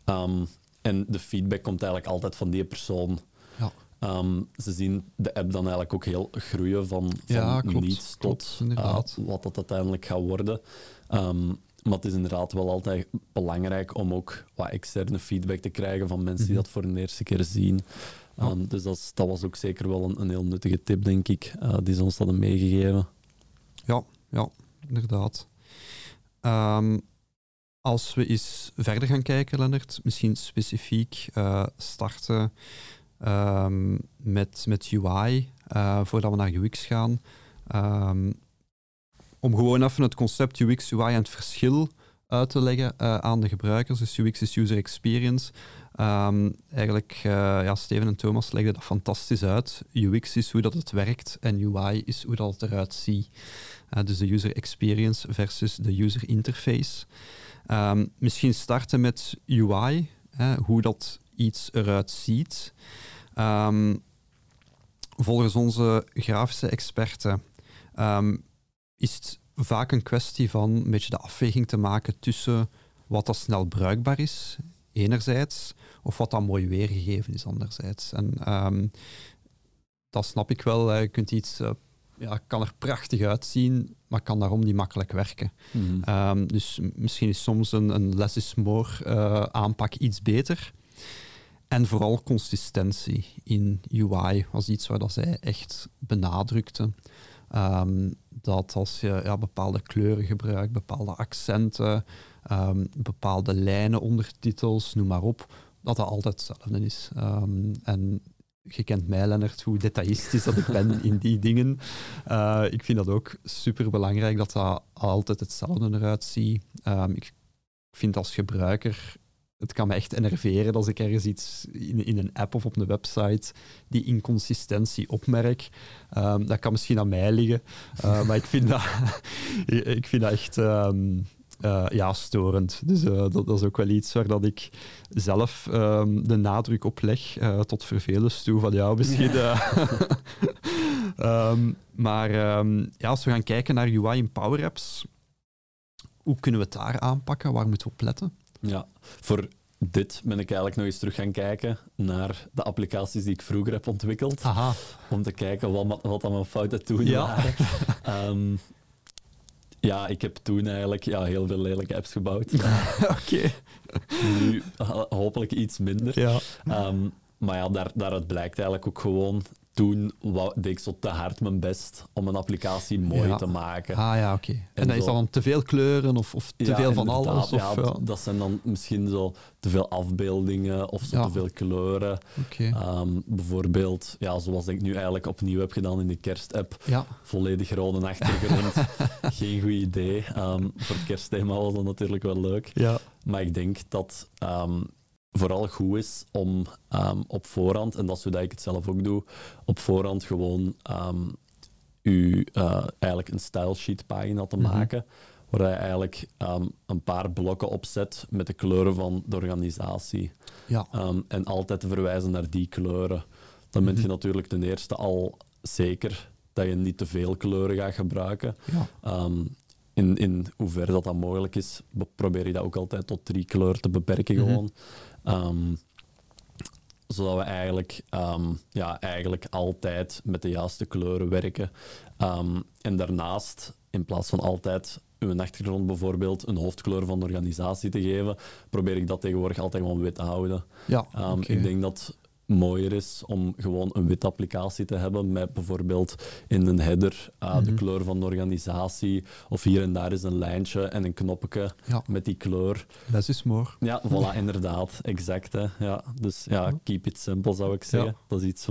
En de feedback komt eigenlijk altijd van die persoon. Ja. Ze zien de app dan eigenlijk ook heel groeien van niets tot wat dat uiteindelijk gaat worden. Maar het is inderdaad wel altijd belangrijk om ook wat externe feedback te krijgen van mensen die dat voor de eerste keer zien. Dus dat was ook zeker wel een heel nuttige tip, denk ik, die ze ons hadden meegegeven. Ja, inderdaad. Als we eens verder gaan kijken, Lennart, misschien specifiek starten met UI, voordat we naar UX gaan. Om gewoon even het concept UX, UI en het verschil uit te leggen aan de gebruikers. Dus UX is User Experience. Steven en Thomas legden dat fantastisch uit. UX is hoe dat het werkt en UI is hoe dat het eruit ziet. Dus de User Experience versus de User Interface. Misschien starten met UI, hoe dat iets eruit ziet. Volgens onze grafische experten is het vaak een kwestie van een beetje de afweging te maken tussen wat dat snel bruikbaar is, enerzijds, of wat dat mooi weergegeven is, anderzijds. En dat snap ik wel. Je kunt iets... kan er prachtig uitzien, maar kan daarom niet makkelijk werken. Dus misschien is soms een less is more aanpak iets beter. En vooral consistentie in UI was iets waar dat zij echt benadrukten. Dat als je bepaalde kleuren gebruikt, bepaalde accenten, bepaalde lijnen, ondertitels, noem maar op, dat altijd hetzelfde is. En je kent mij, Lennart, hoe detailistisch dat ik ben in die dingen. Ik vind dat ook superbelangrijk dat dat altijd hetzelfde eruit ziet. Ik vind als gebruiker, het kan me echt enerveren als ik ergens iets in een app of op een website die inconsistentie opmerk. Dat kan misschien aan mij liggen, maar ik vind dat echt storend. Dus dat is ook wel iets waar dat ik zelf de nadruk op leg, tot vervelens toe van jou misschien. Maar als we gaan kijken naar UI in Power Apps, hoe kunnen we het daar aanpakken? Waar moeten we op letten? Ja, voor dit ben ik eigenlijk nog eens terug gaan kijken naar de applicaties die ik vroeger heb ontwikkeld. Aha. Om te kijken wat dan mijn fouten toen waren. Ik heb toen eigenlijk heel veel lelijke apps gebouwd. Oké. Nu hopelijk iets minder. Ja. Maar daaruit blijkt eigenlijk ook gewoon... Toen deed ik zo te hard mijn best om een applicatie mooi te maken. Oké. En dat is dan te veel kleuren of te veel van alles? Dat zijn dan misschien zo te veel afbeeldingen of zo te veel kleuren. Okay. Bijvoorbeeld, zoals ik nu eigenlijk opnieuw heb gedaan in de kerstapp. Ja. Volledig rode achtergrond. Geen goed idee. Voor het kerstthema was dat natuurlijk wel leuk. Ja. Maar ik denk dat... vooral goed is om op voorhand, en dat is hoe ik het zelf ook doe, op voorhand gewoon eigenlijk een style sheet pagina te maken, waar je eigenlijk een paar blokken opzet met de kleuren van de organisatie. Ja. En altijd te verwijzen naar die kleuren. Dan ben je natuurlijk ten eerste al zeker dat je niet te veel kleuren gaat gebruiken. Ja. In hoeverre dat mogelijk is, probeer je dat ook altijd tot 3 kleuren te beperken gewoon. Zodat we eigenlijk altijd met de juiste kleuren werken. En daarnaast, in plaats van altijd uw achtergrond bijvoorbeeld een hoofdkleur van de organisatie te geven, probeer ik dat tegenwoordig altijd gewoon wit te houden. Ja, Ik denk dat mooier is om gewoon een wit applicatie te hebben met bijvoorbeeld in een header de kleur van de organisatie of hier en daar is een lijntje en een knopje met die kleur. Less is more. Ja, voilà, inderdaad. Exact. Hè. Ja, dus keep it simple zou ik zeggen. Ja. Dat is iets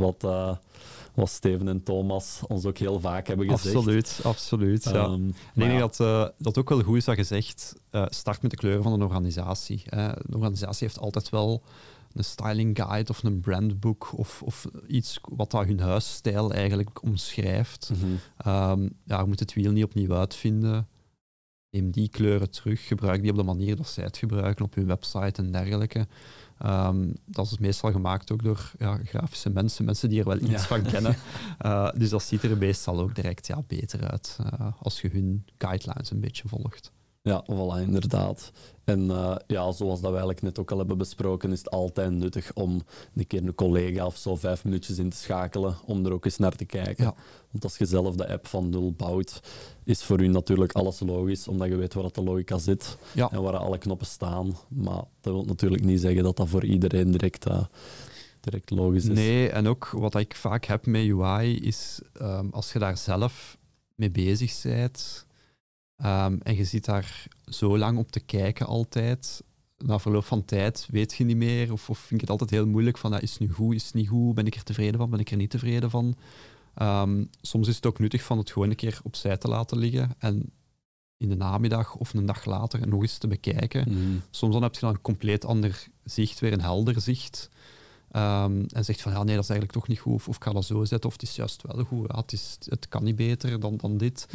wat Steven en Thomas ons ook heel vaak hebben gezegd. Absoluut. Ik denk dat dat ook wel goed is dat je zegt, start met de kleuren van een organisatie. Een organisatie heeft altijd wel een styling guide of een brandbook of iets wat dat hun huisstijl eigenlijk omschrijft. Je moet het wiel niet opnieuw uitvinden. Neem die kleuren terug, gebruik die op de manier dat zij het gebruiken op hun website en dergelijke. Dat is meestal gemaakt ook door grafische mensen die er wel iets van kennen. Dus dat ziet er meestal ook direct beter uit als je hun guidelines een beetje volgt. Ja, voilà, inderdaad. En zoals dat we eigenlijk net ook al hebben besproken, is het altijd nuttig om een keer een collega of zo 5 minuutjes in te schakelen om er ook eens naar te kijken. Ja. Want als je zelf de app van nul bouwt, is voor u natuurlijk alles logisch, omdat je weet waar de logica zit en waar alle knoppen staan. Maar dat wil natuurlijk niet zeggen dat dat voor iedereen direct logisch is. Nee, en ook wat ik vaak heb met UI is, als je daar zelf mee bezig bent... en je zit daar zo lang op te kijken altijd. Na verloop van tijd weet je niet meer. Of vind ik het altijd heel moeilijk van, is het nu goed, is het niet goed? Ben ik er tevreden van, ben ik er niet tevreden van? Soms is het ook nuttig van het gewoon een keer opzij te laten liggen. En in de namiddag of een dag later nog eens te bekijken. Soms dan heb je dan een compleet ander zicht, weer een helder zicht. En zegt van, nee, dat is eigenlijk toch niet goed, of ik ga dat zo zetten, of het is juist wel goed, het kan niet beter dan dit.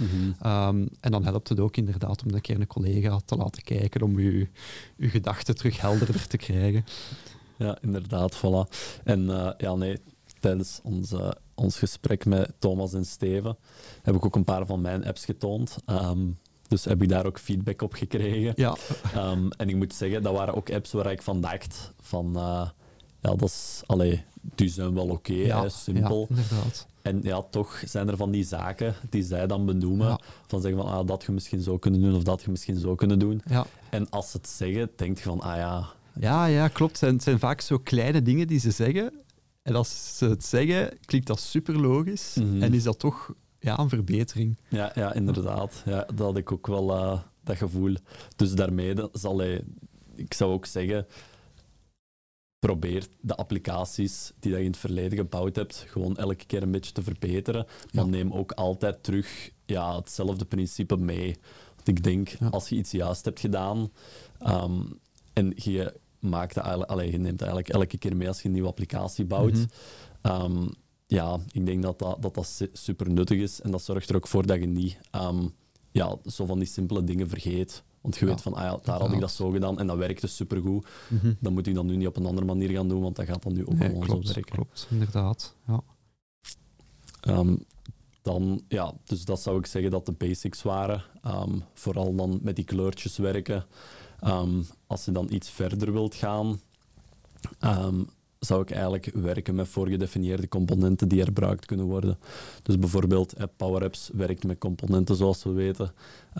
En dan helpt het ook inderdaad om een keer een collega te laten kijken, om je gedachten terug helderder te krijgen. Ja, inderdaad, voilà. En tijdens ons gesprek met Thomas en Steven heb ik ook een paar van mijn apps getoond. Dus heb ik daar ook feedback op gekregen. Ja. En ik moet zeggen, dat waren ook apps waar ik van dacht van... dat is, die zijn wel oké, simpel. Ja, inderdaad. En toch zijn er van die zaken die zij dan benoemen, van zeggen van, dat je misschien zo kunnen doen, of dat je misschien zo kunnen doen. Ja. En als ze het zeggen, denk je van, Ja, klopt. Het zijn vaak zo kleine dingen die ze zeggen. En als ze het zeggen, klinkt dat super logisch. En is dat toch een verbetering. Ja, inderdaad. Ja, dat had ik ook wel, dat gevoel. Dus daarmee ik zou ook zeggen, probeer de applicaties die je in het verleden gebouwd hebt, gewoon elke keer een beetje te verbeteren. Maar neem ook altijd terug hetzelfde principe mee. Want ik denk, als je iets juist hebt gedaan en je neemt eigenlijk elke keer mee als je een nieuwe applicatie bouwt. Ik denk dat super nuttig is. En dat zorgt er ook voor dat je niet zo van die simpele dingen vergeet. Want je weet van, daar had ik dat zo gedaan en dat werkte supergoed. Dan moet ik dat nu niet op een andere manier gaan doen, want dat gaat dan nu ook gewoon zo werken. Klopt, inderdaad. Ja. Dus dat zou ik zeggen dat de basics waren. Vooral dan met die kleurtjes werken. Als je dan iets verder wilt gaan, zou ik eigenlijk werken met voorgedefinieerde componenten die herbruikt kunnen worden. Dus bijvoorbeeld Power Apps werkt met componenten zoals we weten.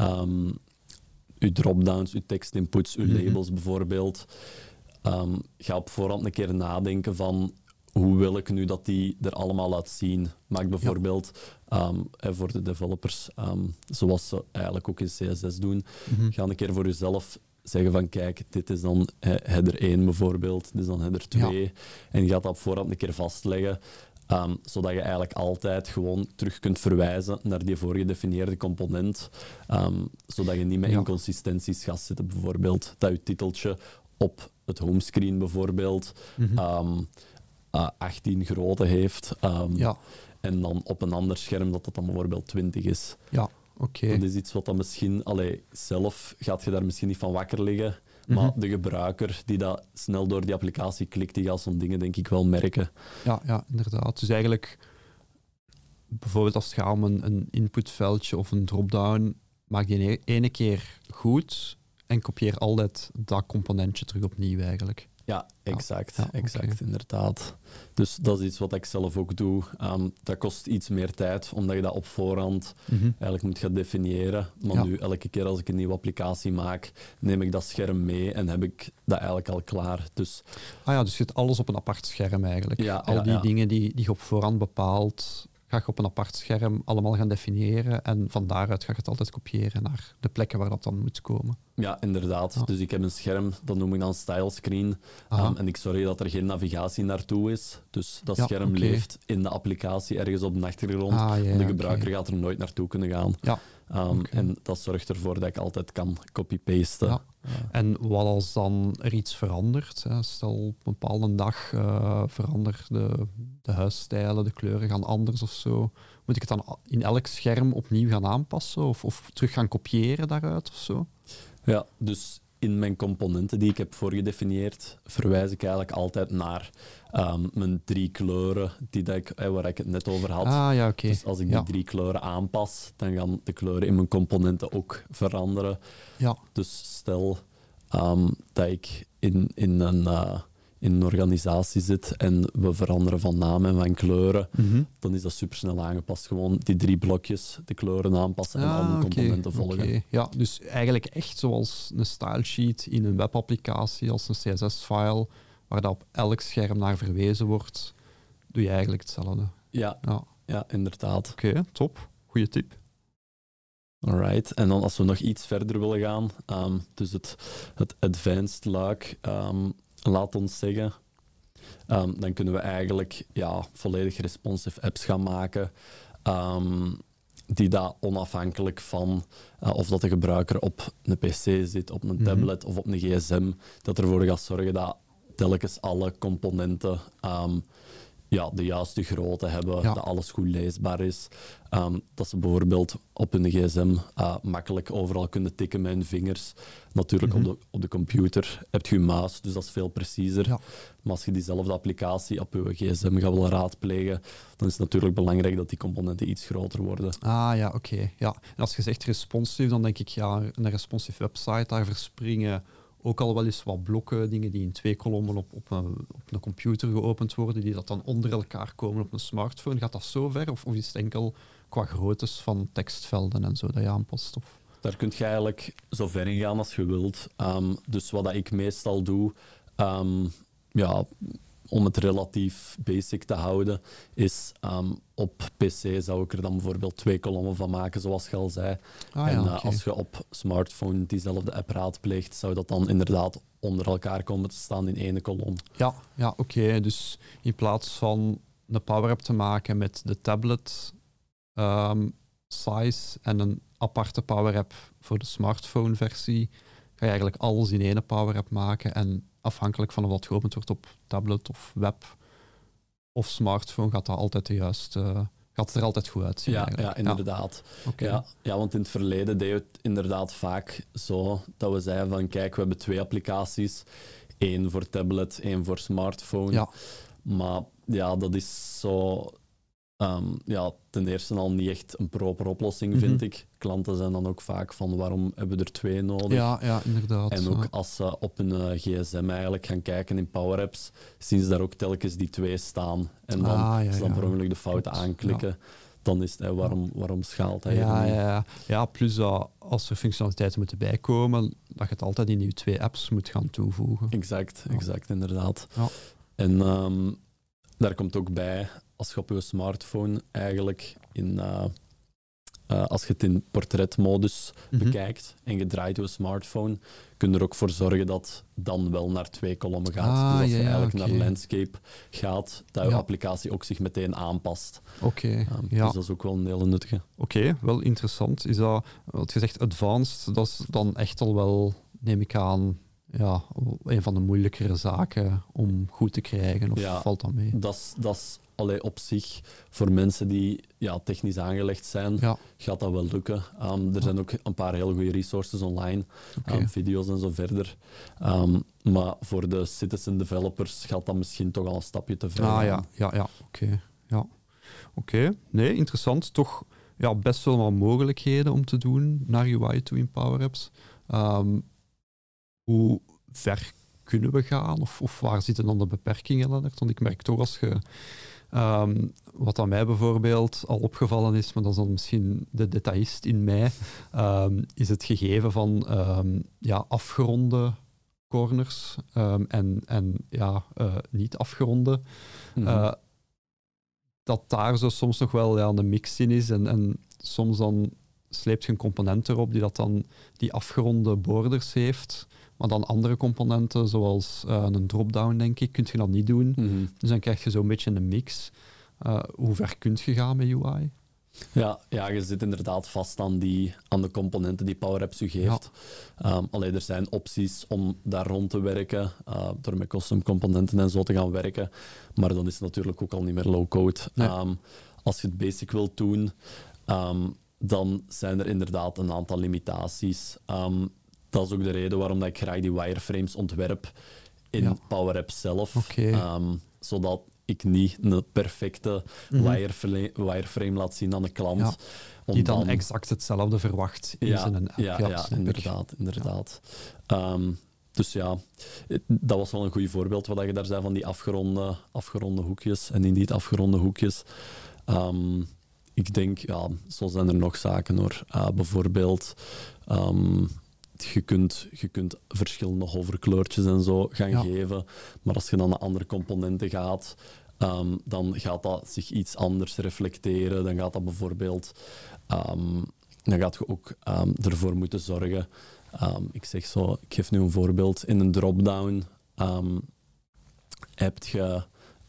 Uw dropdowns, uw tekstinputs, uw labels bijvoorbeeld. Ga op voorhand een keer nadenken van hoe wil ik nu dat die er allemaal laat zien. Maak bijvoorbeeld voor de developers, zoals ze eigenlijk ook in CSS doen, ga een keer voor jezelf zeggen van kijk, dit is dan header 1 bijvoorbeeld, dit is dan header 2. En je gaat dat op voorhand een keer vastleggen. Zodat je eigenlijk altijd gewoon terug kunt verwijzen naar die voorgedefinieerde component. Zodat je niet met inconsistenties gaat zitten. Bijvoorbeeld dat je titeltje op het homescreen bijvoorbeeld 18 grootte heeft. En dan op een ander scherm dat dan bijvoorbeeld 20 is. Ja, oké. Dat is iets wat dan misschien... zelf gaat je daar misschien niet van wakker liggen. Maar de gebruiker die dat snel door die applicatie klikt, die gaat zo'n dingen denk ik wel merken. Ja, inderdaad. Dus eigenlijk, bijvoorbeeld als het gaat om een inputveldje of een dropdown, maak die ene keer goed en kopieer altijd dat componentje terug opnieuw eigenlijk. Ja, exact, inderdaad. Dus dat is iets wat ik zelf ook doe. Dat kost iets meer tijd, omdat je dat op voorhand eigenlijk moet gaan definiëren. Maar nu, elke keer als ik een nieuwe applicatie maak, neem ik dat scherm mee en heb ik dat eigenlijk al klaar. Dus dus je hebt alles op een apart scherm eigenlijk. Al die dingen die je op voorhand bepaalt, ga je op een apart scherm allemaal gaan definiëren en van daaruit ga je het altijd kopiëren naar de plekken waar dat dan moet komen. Ja, inderdaad. Ja. Dus ik heb een scherm, dat noem ik dan style screen. En ik zorg dat er geen navigatie naartoe is. Dus dat scherm leeft in de applicatie ergens op de achtergrond. De gebruiker gaat er nooit naartoe kunnen gaan. Ja. En dat zorgt ervoor dat ik altijd kan copy-pasten. Ja. En wat als dan er iets verandert? Hè? Stel op een bepaalde dag veranderen de huisstijlen, de kleuren gaan anders of zo. Moet ik het dan in elk scherm opnieuw gaan aanpassen of terug gaan kopiëren daaruit of zo? Ja, dus in mijn componenten die ik heb voorgedefinieerd, verwijs ik eigenlijk altijd naar mijn 3 kleuren waar ik het net over had. Dus als ik die 3 kleuren aanpas, dan gaan de kleuren in mijn componenten ook veranderen. Ja. Dus stel dat ik in een organisatie zit en we veranderen van naam en van kleuren, dan is dat supersnel aangepast. Gewoon die 3 blokjes, de kleuren aanpassen en al mijn componenten volgen. Ja, dus eigenlijk echt zoals een stylesheet in een webapplicatie, als een CSS-file, waar dat op elk scherm naar verwezen wordt, doe je eigenlijk hetzelfde. Ja, inderdaad. Oké, top. Goeie tip. Alright, en dan als we nog iets verder willen gaan, dus het advanced luik, laat ons zeggen, dan kunnen we eigenlijk volledig responsive apps gaan maken die daar onafhankelijk van of dat de gebruiker op een PC zit, op een tablet of op een gsm, dat ervoor gaat zorgen dat telkens alle componenten de juiste grootte hebben, dat alles goed leesbaar is. Dat ze bijvoorbeeld op hun gsm makkelijk overal kunnen tikken met hun vingers. Natuurlijk op de computer heb je muis, dus dat is veel preciezer. Ja. Maar als je diezelfde applicatie op je gsm gaat willen raadplegen, dan is het natuurlijk belangrijk dat die componenten iets groter worden. Oké. Ja. En als je zegt responsive, dan denk ik, een responsive website, daar verspringen ook al wel eens wat blokken, dingen die in 2 kolommen op een computer geopend worden, die dat dan onder elkaar komen op een smartphone. Gaat dat zo ver? Of is het enkel qua groottes van tekstvelden en zo dat je aanpast? Of? Daar kun je eigenlijk zo ver in gaan als je wilt. Dus wat ik meestal doe, om het relatief basic te houden, is op PC zou ik er dan bijvoorbeeld 2 kolommen van maken, zoals je al zei. Als je op smartphone diezelfde app raadpleegt, zou dat dan inderdaad onder elkaar komen te staan in 1 kolom. Ja, oké. Dus in plaats van een power-app te maken met de tablet size en een aparte power-app voor de smartphone-versie, ga je eigenlijk alles in 1 power-app maken en afhankelijk van wat geopend wordt op tablet of web of smartphone gaat dat altijd gaat het er altijd goed uitzien. Ja, inderdaad. Okay. Ja, want in het verleden deed het inderdaad vaak zo dat we zeiden van kijk, we hebben 2 applicaties. 1 voor tablet, 1 voor smartphone. Ja. Maar ja, dat is zo... ten eerste al niet echt een proper oplossing, vind ik. Klanten zijn dan ook vaak van waarom hebben we er 2 nodig? Ja, inderdaad. En ook als ze op hun gsm eigenlijk gaan kijken in Power Apps, zien ze daar ook telkens die 2 staan. En dan, als ze dan per ongeluk de fouten aanklikken, dan is het, waarom schaalt hij Ja, plus dat als er functionaliteiten moeten bijkomen, dat je het altijd in je 2 apps moet gaan toevoegen. Exact, inderdaad. Ja. En daar komt ook bij, als je op je smartphone eigenlijk als je het in portretmodus bekijkt en je draait je smartphone, kun je er ook voor zorgen dat dan wel naar 2 kolommen gaat. Dus als je eigenlijk naar landscape gaat, dat je applicatie ook zich meteen aanpast. Dus dat is ook wel een hele nuttige. Oké, wel interessant. Is dat, wat je zegt, advanced, dat is dan echt al wel, neem ik aan, een van de moeilijkere zaken om goed te krijgen, of valt dat mee? Dat is op zich, voor mensen die technisch aangelegd zijn, gaat dat wel lukken. Er zijn ook een paar heel goede resources online, video's en zo verder. Maar voor de citizen developers gaat dat misschien toch al een stapje te ver. Oké. Nee, interessant. Toch best wel wat mogelijkheden om te doen naar UI toe in Power Apps. Hoe ver kunnen we gaan? Of waar zitten dan de beperkingen, Lennart? Want ik merk toch als je... wat aan mij bijvoorbeeld al opgevallen is, maar dat is dan misschien de detailist in mij, is het gegeven van afgeronde corners en niet afgeronde. Dat daar zo soms nog wel een mix in is en soms dan sleept je een component erop die dat dan die afgeronde borders heeft, maar dan andere componenten, zoals een drop-down, denk ik, kun je dat niet doen. Dus dan krijg je zo'n beetje een mix. Hoe ver kun je gaan met UI? Ja, je zit inderdaad vast aan de componenten die Power Apps u geeft. Er zijn opties om daar rond te werken, door met custom componenten en zo te gaan werken. Maar dan is het natuurlijk ook al niet meer low-code. Nee. Als je het basic wilt doen, dan zijn er inderdaad een aantal limitaties. Dat is ook de reden waarom ik graag die wireframes ontwerp in Power Apps zelf. Zodat ik niet een perfecte wireframe laat zien aan de klant. Die dan exact hetzelfde verwacht in zijn app. Inderdaad. Dus dat was wel een goed voorbeeld wat je daar zei van die afgeronde hoekjes. En inderdaad afgeronde hoekjes. Ik denk, zo zijn er nog zaken hoor. Bijvoorbeeld... Je kunt verschillende hoverkleurtjes en zo gaan geven, maar als je dan naar andere componenten gaat, dan gaat dat zich iets anders reflecteren. Dan gaat dat bijvoorbeeld... dan gaat je ook ervoor moeten zorgen... ik geef nu een voorbeeld. In een drop-down heb je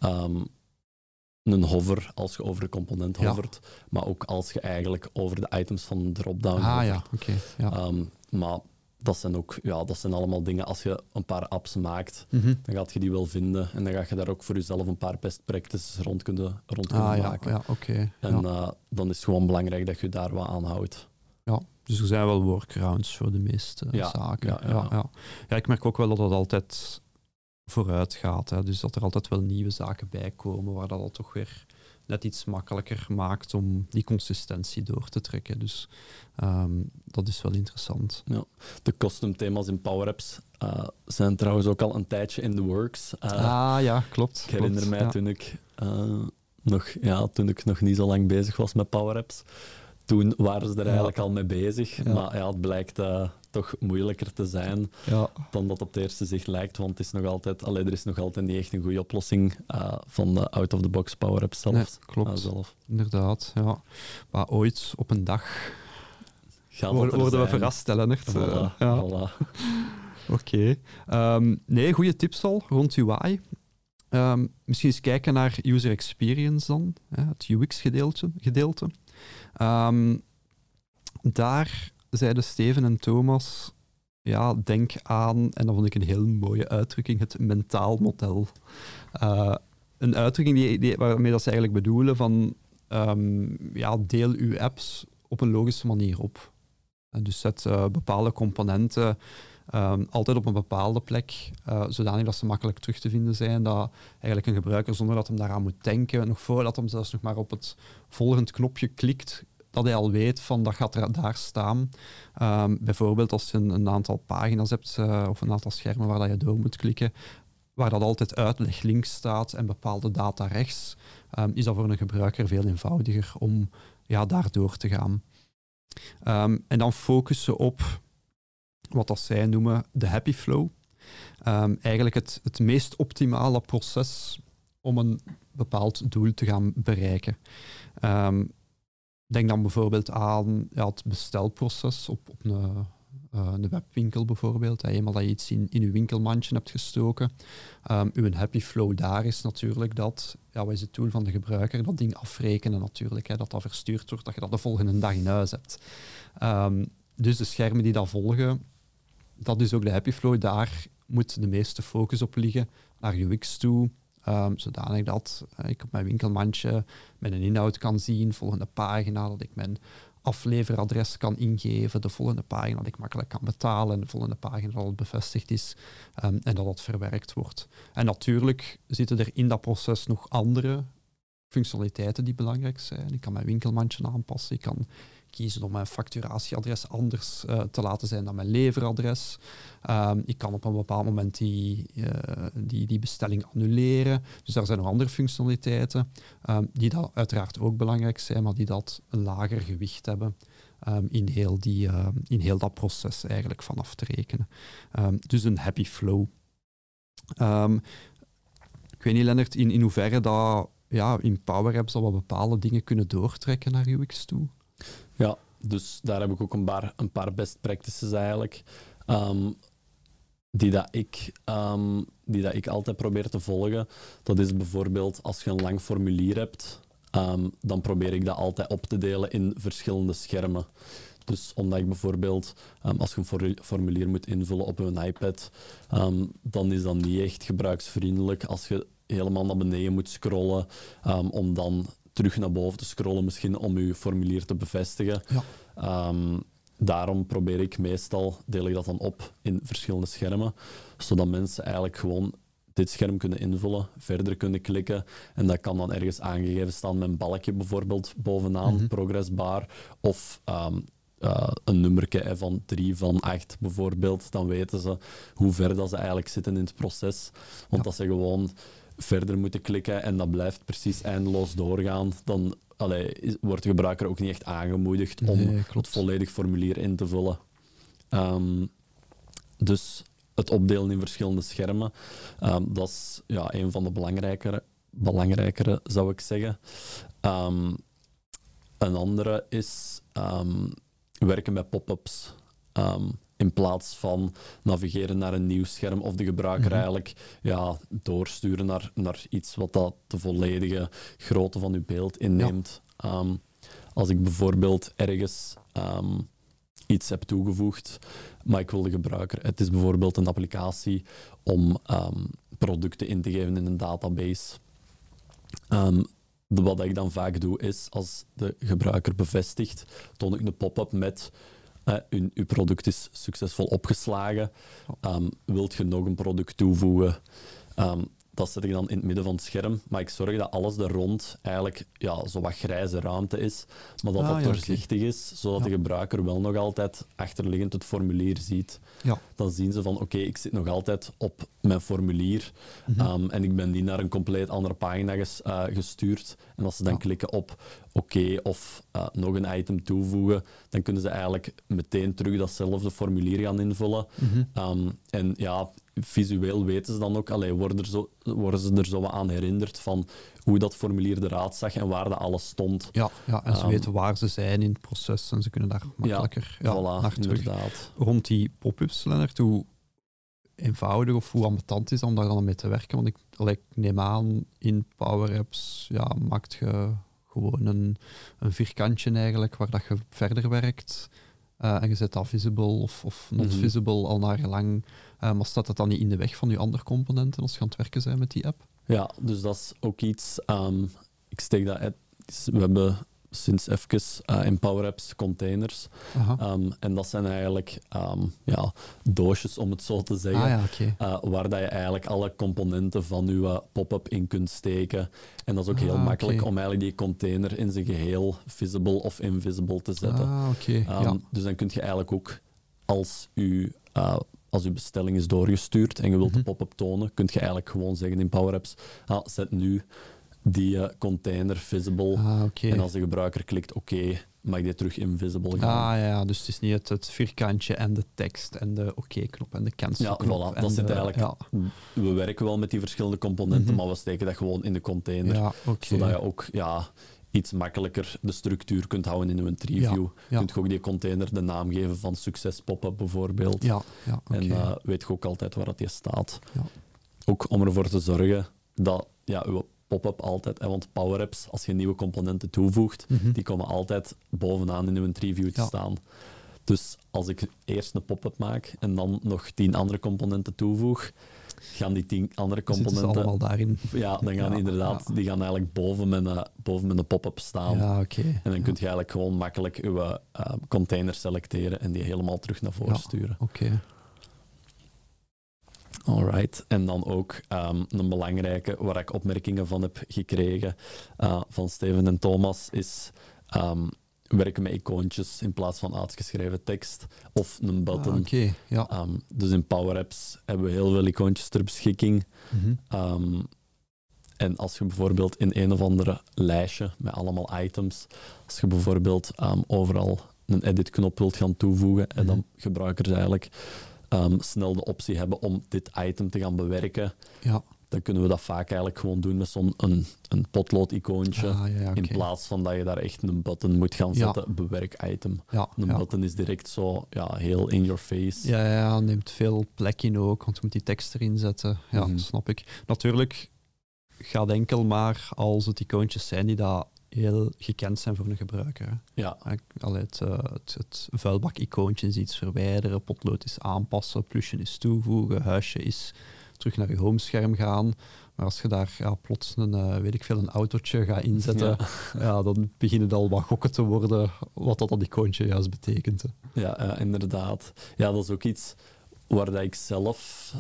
een hover als je over een component hovert, maar ook als je eigenlijk over de items van een drop-down hovert. Maar dat zijn allemaal dingen, als je een paar apps maakt, dan gaat je die wel vinden en dan ga je daar ook voor jezelf een paar best practices rond kunnen maken. Dan is het gewoon belangrijk dat je daar wat aan houdt. Ja, dus er zijn wel workarounds voor de meeste zaken. Ja, ik merk ook wel dat het altijd vooruit gaat. Hè. Dus dat er altijd wel nieuwe zaken bij komen, waar dat al toch weer net iets makkelijker maakt om die consistentie door te trekken. Dus dat is wel interessant. Ja. De custom thema's in Power Apps zijn trouwens ook al een tijdje in the works. Klopt. Ik herinner mij toen ik nog niet zo lang bezig was met Power Apps. toen waren ze er eigenlijk al mee bezig. Ja. Maar het blijkt toch moeilijker te zijn dan dat op het eerste zicht lijkt. Want het is nog altijd, er is nog altijd niet echt een goede oplossing van de out-of-the-box power-up zelf. Nee, klopt, inderdaad. Ja. Maar ooit op een dag worden we verrast, Lennart. Voilà. Oké. Nee, goede tips al rond UI. Misschien eens kijken naar user experience dan, het UX-gedeelte. Daar zeiden Steven en Thomas, denk aan, en dat vond ik een heel mooie uitdrukking, het mentaal model. Een uitdrukking waarmee dat ze eigenlijk bedoelen van, deel uw apps op een logische manier op. Dus zet bepaalde componenten altijd op een bepaalde plek, zodanig dat ze makkelijk terug te vinden zijn, dat eigenlijk een gebruiker, zonder dat hem daaraan moet denken, nog voordat hem zelfs nog maar op het volgend knopje klikt, dat hij al weet van dat gaat er daar staan. Bijvoorbeeld als je een aantal pagina's hebt of een aantal schermen waar dat je door moet klikken, waar dat altijd uitleg links staat en bepaalde data rechts, is dat voor een gebruiker veel eenvoudiger om daar door te gaan. En dan focussen op wat dat zij noemen de happy flow. Eigenlijk het meest optimale proces om een bepaald doel te gaan bereiken. Denk dan bijvoorbeeld aan het bestelproces op een webwinkel bijvoorbeeld. Eenmaal dat je iets in je winkelmandje hebt gestoken. Uw happy flow daar is natuurlijk dat, wat is het doel van de gebruiker? Dat ding afrekenen natuurlijk, dat verstuurd wordt, dat je dat de volgende dag in huis hebt. Dus de schermen die dat volgen, dat is ook de happy flow. Daar moet de meeste focus op liggen naar UX toe. Zodanig dat ik op mijn winkelmandje mijn inhoud kan zien, volgende pagina, dat ik mijn afleveradres kan ingeven, de volgende pagina dat ik makkelijk kan betalen en de volgende pagina dat het bevestigd is en dat het verwerkt wordt. En natuurlijk zitten er in dat proces nog andere functionaliteiten die belangrijk zijn. Ik kan mijn winkelmandje aanpassen, ik kan kiezen om mijn facturatieadres anders te laten zijn dan mijn leveradres. Ik kan op een bepaald moment die bestelling annuleren. Dus daar zijn nog andere functionaliteiten die dat uiteraard ook belangrijk zijn, maar die dat een lager gewicht hebben in heel dat proces eigenlijk van af te rekenen. Dus een happy flow. Ik weet niet, Lennart, in hoeverre dat in Power Apps dat we bepaalde dingen kunnen doortrekken naar UX toe. Ja, dus daar heb ik ook een paar best practices eigenlijk, die dat ik altijd probeer te volgen. Dat is bijvoorbeeld als je een lang formulier hebt, dan probeer ik dat altijd op te delen in verschillende schermen. Dus omdat ik bijvoorbeeld, als je een formulier moet invullen op een iPad, dan is dat niet echt gebruiksvriendelijk als je helemaal naar beneden moet scrollen om dan terug naar boven te scrollen, misschien om je formulier te bevestigen. Ja. Daarom probeer ik meestal, deel ik dat dan op in verschillende schermen, zodat mensen eigenlijk gewoon dit scherm kunnen invullen, verder kunnen klikken en dat kan dan ergens aangegeven staan met een balkje bijvoorbeeld bovenaan, progressbar, of een nummertje van 3 van 8 bijvoorbeeld, dan weten ze hoe ver dat ze eigenlijk zitten in het proces. Want als ze gewoon verder moeten klikken en dat blijft precies eindeloos doorgaan, dan wordt de gebruiker ook niet echt aangemoedigd om het volledig formulier in te vullen. Dus het opdelen in verschillende schermen, dat is een van de belangrijkere zou ik zeggen. Een andere is werken met pop-ups. In plaats van navigeren naar een nieuw scherm of de gebruiker eigenlijk doorsturen naar iets wat dat de volledige grootte van uw beeld inneemt. Ja. Als ik bijvoorbeeld ergens iets heb toegevoegd, maar ik wil de gebruiker... Het is bijvoorbeeld een applicatie om producten in te geven in een database. Wat ik dan vaak doe is, als de gebruiker bevestigt, toon ik een pop-up met... uw product is succesvol opgeslagen. Wilt je nog een product toevoegen? dat zet ik dan in het midden van het scherm, maar ik zorg dat alles er rond eigenlijk zo wat grijze ruimte is, maar dat dat doorzichtig is, zodat de gebruiker wel nog altijd achterliggend het formulier ziet. Ja. Dan zien ze van, oké, ik zit nog altijd op mijn formulier en ik ben die naar een compleet andere pagina gestuurd. En als ze dan klikken op oké of nog een item toevoegen, dan kunnen ze eigenlijk meteen terug datzelfde formulier gaan invullen. En visueel weten ze dan ook, worden ze er zo aan herinnerd van hoe dat formulier eruit zag en waar dat alles stond. Ja, en ze weten waar ze zijn in het proces en ze kunnen daar makkelijker naar terug. Inderdaad. Rond die pop-ups, Lennart, hoe eenvoudig of hoe ambetant is om daar dan mee te werken? Want ik neem aan, in Power Apps maakt je gewoon een vierkantje eigenlijk waar dat je verder werkt. En je zet dat visible of not visible al naar gelang. Maar staat dat dan niet in de weg van je andere componenten als je aan het werken bent met die app? Ja, dus dat is ook iets... ik steek dat uit. We hebben sinds even in Power Apps containers. En dat zijn eigenlijk doosjes, om het zo te zeggen, waar dat je eigenlijk alle componenten van je pop-up in kunt steken. En dat is ook heel makkelijk om eigenlijk die container in zijn geheel visible of invisible te zetten. Dus dan kun je eigenlijk ook, als uw bestelling is doorgestuurd en je wilt de pop-up tonen, kun je eigenlijk gewoon zeggen in Power Apps, zet nu die container visible. En als de gebruiker klikt mag die terug invisible gaan. Dus het is niet het vierkantje en de tekst en de oké-knop en de cancel-knop. Ja, dat zit eigenlijk... We werken wel met die verschillende componenten, maar we steken dat gewoon in de container. Zodat je ook iets makkelijker de structuur kunt houden in uw preview. Kunt je ook die container de naam geven van succes pop-up bijvoorbeeld. En weet je ook altijd waar dat die staat. Ook om ervoor te zorgen dat uw pop-up altijd, want Power Apps, als je nieuwe componenten toevoegt, die komen altijd bovenaan in uw preview te staan. Dus als ik eerst een pop-up maak en dan nog 10 andere componenten toevoeg, gaan die 10 andere componenten... Zitten ze allemaal daarin? Ja, dan gaan die gaan eigenlijk boven mijn pop-up staan. En dan kun je eigenlijk gewoon makkelijk uw container selecteren en die helemaal terug naar voren sturen. Alright. En dan ook een belangrijke, waar ik opmerkingen van heb gekregen van Steven en Thomas, is werken met icoontjes in plaats van uitgeschreven tekst of een button. Dus in Power Apps hebben we heel veel icoontjes ter beschikking. En als je bijvoorbeeld in een of andere lijstje met allemaal items, als je bijvoorbeeld overal een edit-knop wilt gaan toevoegen en dan gebruikers eigenlijk snel de optie hebben om dit item te gaan bewerken, dan kunnen we dat vaak eigenlijk gewoon doen met zo'n een potlood-icoontje, in plaats van dat je daar echt een button moet gaan zetten, bewerk item. Een button is direct zo heel in your face. Neemt veel plek in ook, want je moet die tekst erin zetten. Snap ik. Natuurlijk gaat enkel maar als het icoontjes zijn die dat heel gekend zijn voor een gebruiker. Het vuilbak-icoontje is iets verwijderen, potlood is aanpassen, plusje is toevoegen, huisje is terug naar je homescherm gaan. Maar als je daar plots een autootje gaat inzetten, dan beginnen het al wat gokken te worden wat dat icoontje juist betekent. Ja, inderdaad. Ja, dat is ook iets waar dat ik zelf...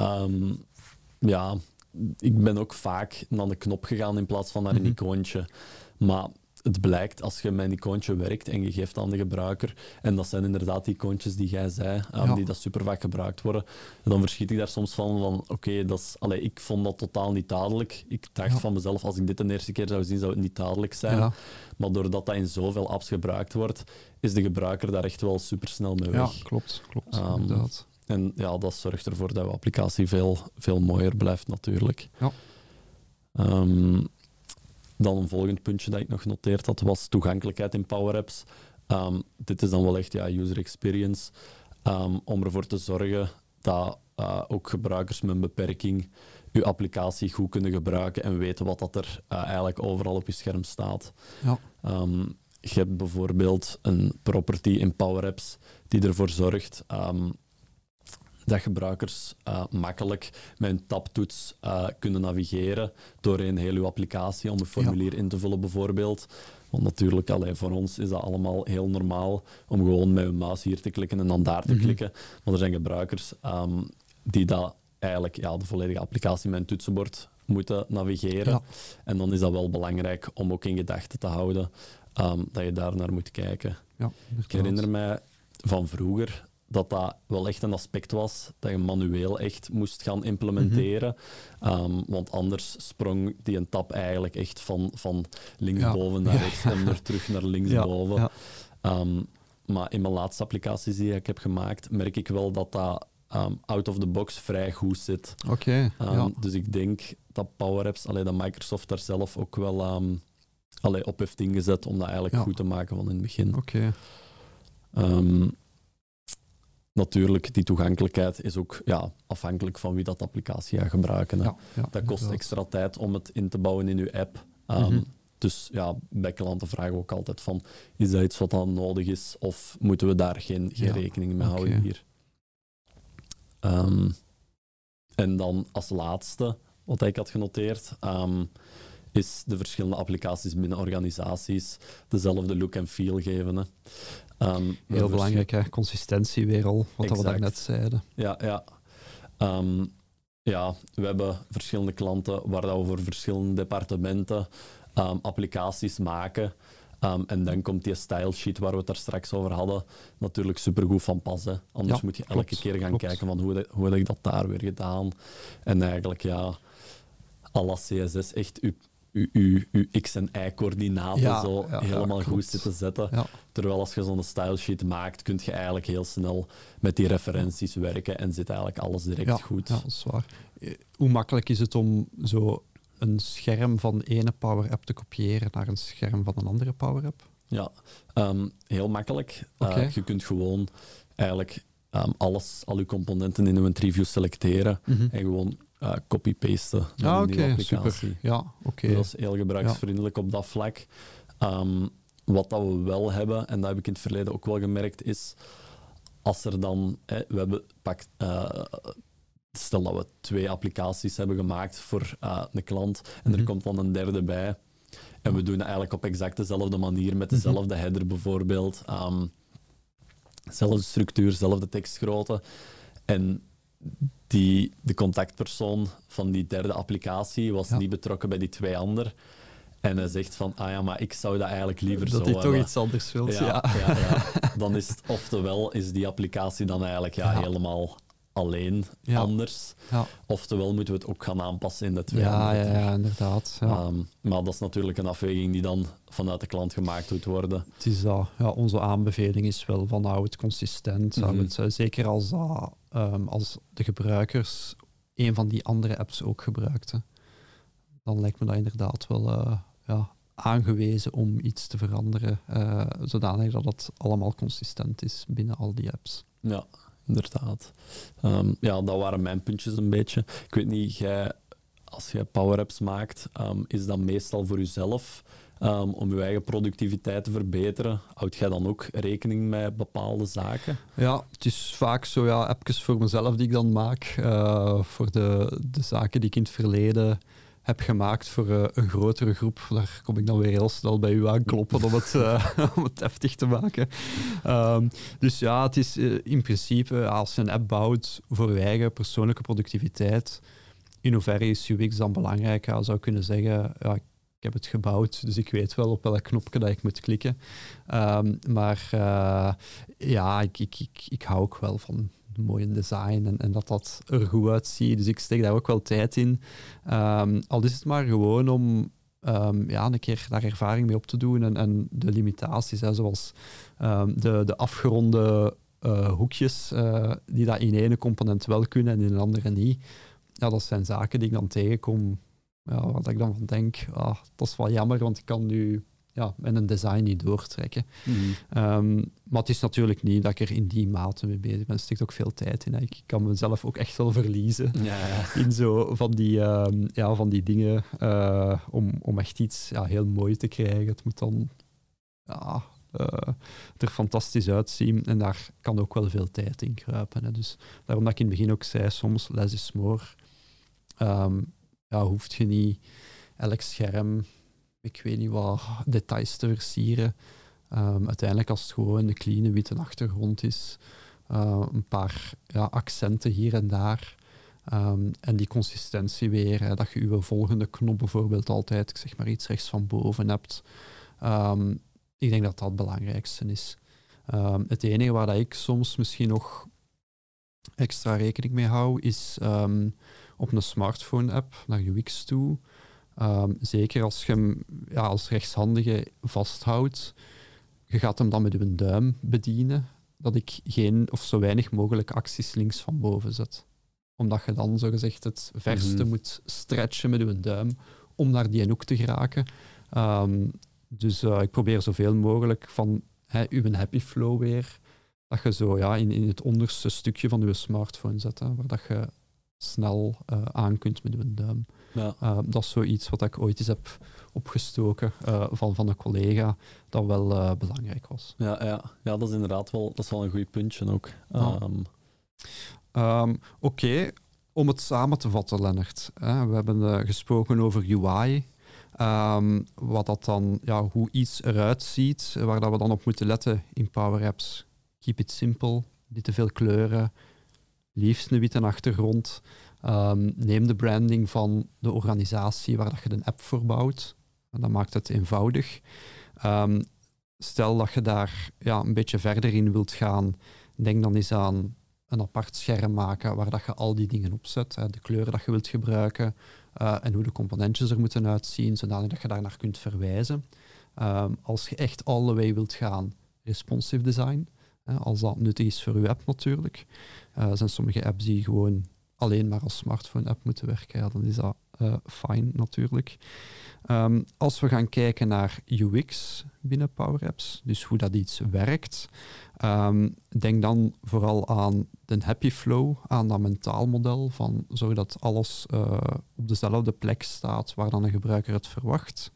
ik ben ook vaak naar de knop gegaan in plaats van naar een icoontje. Maar het blijkt, als je met een icoontje werkt en je geeft aan de gebruiker, en dat zijn inderdaad die icoontjes die jij zei, die dat super vaak gebruikt worden, dan verschiet ik daar soms van ik vond dat totaal niet duidelijk. Ik dacht van mezelf, als ik dit de eerste keer zou zien, zou het niet duidelijk zijn. Maar doordat dat in zoveel apps gebruikt wordt, is de gebruiker daar echt wel super snel mee weg. Ja, klopt, inderdaad. En dat zorgt ervoor dat je applicatie veel mooier blijft natuurlijk. Dan een volgend puntje dat ik nog genoteerd had, was toegankelijkheid in Power Apps. Dit is dan wel echt user experience. Om ervoor te zorgen dat ook gebruikers met een beperking je applicatie goed kunnen gebruiken en weten wat dat er eigenlijk overal op je scherm staat. Je hebt bijvoorbeeld een property in Power Apps die ervoor zorgt dat gebruikers makkelijk met een tabtoets kunnen navigeren doorheen heel uw applicatie om een formulier in te vullen bijvoorbeeld. Want natuurlijk, voor ons is dat allemaal heel normaal om gewoon met een muis hier te klikken en dan daar te klikken. Maar er zijn gebruikers die dat eigenlijk de volledige applicatie met een toetsenbord moeten navigeren. Ja. En dan is dat wel belangrijk om ook in gedachten te houden dat je daar naar moet kijken. Ja, Ik herinner mij van vroeger dat wel echt een aspect was dat je manueel echt moest gaan implementeren. Want anders sprong die een tab eigenlijk echt van linksboven naar rechts en weer terug naar linksboven. Ja. Maar in mijn laatste applicaties die ik heb gemaakt, merk ik wel dat out of the box vrij goed zit. Dus ik denk dat Power Apps, dat Microsoft daar zelf ook wel op heeft ingezet om dat eigenlijk goed te maken van in het begin. Natuurlijk, die toegankelijkheid is ook afhankelijk van wie dat applicatie gaat gebruiken. Dat kost extra tijd om het in te bouwen in je app. Dus bij klanten vragen we ook altijd van, is dat iets wat dan nodig is of moeten we daar geen rekening mee houden hier? En dan als laatste, wat ik had genoteerd, is de verschillende applicaties binnen organisaties dezelfde look en feel geven. Heel belangrijk, hè? Consistentie weer al, wat we daarnet zeiden. We hebben verschillende klanten waar dat we voor verschillende departementen applicaties maken. En dan komt die style sheet waar we het daar straks over hadden natuurlijk supergoed van pas. Hè. Anders moet je elke keer gaan kijken van hoe heb ik dat daar weer gedaan. En eigenlijk à la CSS echt uw X- en Y-coördinaten helemaal goed zitten zetten. Terwijl als je zo'n style sheet maakt, kun je eigenlijk heel snel met die referenties werken en zit eigenlijk alles direct goed. Ja, dat is waar. Hoe makkelijk is het om zo een scherm van de ene Power App te kopiëren naar een scherm van een andere Power App? Ja, heel makkelijk. Je kunt gewoon eigenlijk al uw componenten in uw Treeview selecteren en gewoon copy-pasten naar een nieuwe applicatie. Super. Dat is heel gebruiksvriendelijk op dat vlak. Wat dat we wel hebben, en dat heb ik in het verleden ook wel gemerkt, is als er dan... we hebben stel dat we 2 applicaties hebben gemaakt voor een klant en er komt dan een derde bij. En we doen het eigenlijk op exact dezelfde manier, met dezelfde header bijvoorbeeld. Zelfde structuur, zelfde tekstgrootte. En de contactpersoon van die derde applicatie was niet betrokken bij die 2 anderen. En hij zegt van, maar ik zou dat eigenlijk liever zo hebben. Dat hij toch iets anders wil. Dan is het, oftewel is die applicatie dan eigenlijk helemaal alleen anders. Oftewel moeten we het ook gaan aanpassen in de 2 anderen. Ja, inderdaad. Maar dat is natuurlijk een afweging die dan vanuit de klant gemaakt moet worden. Het is dat. Onze aanbeveling is wel van hou het consistent. Zeker als de gebruikers een van die andere apps ook gebruikten. Dan lijkt me dat inderdaad wel aangewezen om iets te veranderen, zodanig dat het allemaal consistent is binnen al die apps. Ja, inderdaad. Dat waren mijn puntjes een beetje. Ik weet niet, als je Power Apps maakt, is dat meestal voor jezelf om je eigen productiviteit te verbeteren? Houd jij dan ook rekening met bepaalde zaken? Ja, het is vaak zo, appjes voor mezelf die ik dan maak, voor de zaken die ik in het verleden heb gemaakt voor een grotere groep. Daar kom ik dan weer heel snel bij u aankloppen om het heftig te maken. Dus het is in principe, als je een app bouwt voor je eigen persoonlijke productiviteit, in hoeverre is UX dan belangrijk? Je zou kunnen zeggen, ik heb het gebouwd, dus ik weet wel op welk knopje dat ik moet klikken. Ik hou ook wel van mooie design en dat er goed uitziet. Dus ik steek daar ook wel tijd in. Al is het maar gewoon om een keer daar ervaring mee op te doen en de limitaties, zoals de afgeronde hoekjes die dat in ene component wel kunnen en in een andere niet. Ja, dat zijn zaken die ik dan tegenkom, wat ik dan van denk, dat is wel jammer, want ik kan nu met een design niet doortrekken. Maar het is natuurlijk niet dat ik er in die mate mee bezig ben. Er steekt ook veel tijd in. Ik kan mezelf ook echt wel verliezen in zo van die dingen om echt iets heel mooi te krijgen. Het moet dan er fantastisch uitzien en daar kan ook wel veel tijd in kruipen. Hè. Dus daarom dat ik in het begin ook zei, soms less is more. Hoeft je niet elk scherm, ik weet niet wat, details te versieren. Uiteindelijk als het gewoon een clean witte achtergrond is, een paar accenten hier en daar, En die consistentie weer, hè, dat je je volgende knop bijvoorbeeld altijd, ik zeg maar iets rechts van boven hebt. Ik denk dat dat het belangrijkste is. Het enige waar dat ik soms misschien nog extra rekening mee hou, is op een smartphone-app naar UX toe. Zeker als je hem als rechtshandige vasthoudt, je gaat hem dan met je duim bedienen, dat ik geen of zo weinig mogelijk acties links van boven zet. Omdat je dan zogezegd het verste moet stretchen met je duim om naar die hoek te geraken. Dus ik probeer zoveel mogelijk van uw happy flow weer, dat je zo in het onderste stukje van je smartphone zet, waar dat je snel aan kunt met je duim. Ja. Dat is zoiets wat ik ooit eens heb opgestoken van een collega, dat wel belangrijk was. Ja, dat is inderdaad wel een goed puntje ook. Oké, om het samen te vatten, Lennart. We hebben gesproken over UI. Wat dat dan, hoe iets eruit ziet, waar dat we dan op moeten letten in Power Apps. Keep it simple, niet te veel kleuren, liefst een witte achtergrond. Neem de branding van de organisatie waar dat je de app voor bouwt. Dat maakt het eenvoudig. Stel dat je daar een beetje verder in wilt gaan, denk dan eens aan een apart scherm maken waar dat je al die dingen op zet. De kleuren dat je wilt gebruiken en hoe de componentjes er moeten uitzien, zodat je daar naar kunt verwijzen. Als je echt all the way wilt gaan, responsive design. Als dat nuttig is voor je app natuurlijk. Er zijn sommige apps die gewoon alleen maar als smartphone-app moeten werken. Dan is dat fijn natuurlijk. Als we gaan kijken naar UX binnen Power Apps, dus hoe dat iets werkt, denk dan vooral aan de happy flow, aan dat mentaal model, van zorg dat alles op dezelfde plek staat waar dan een gebruiker het verwacht.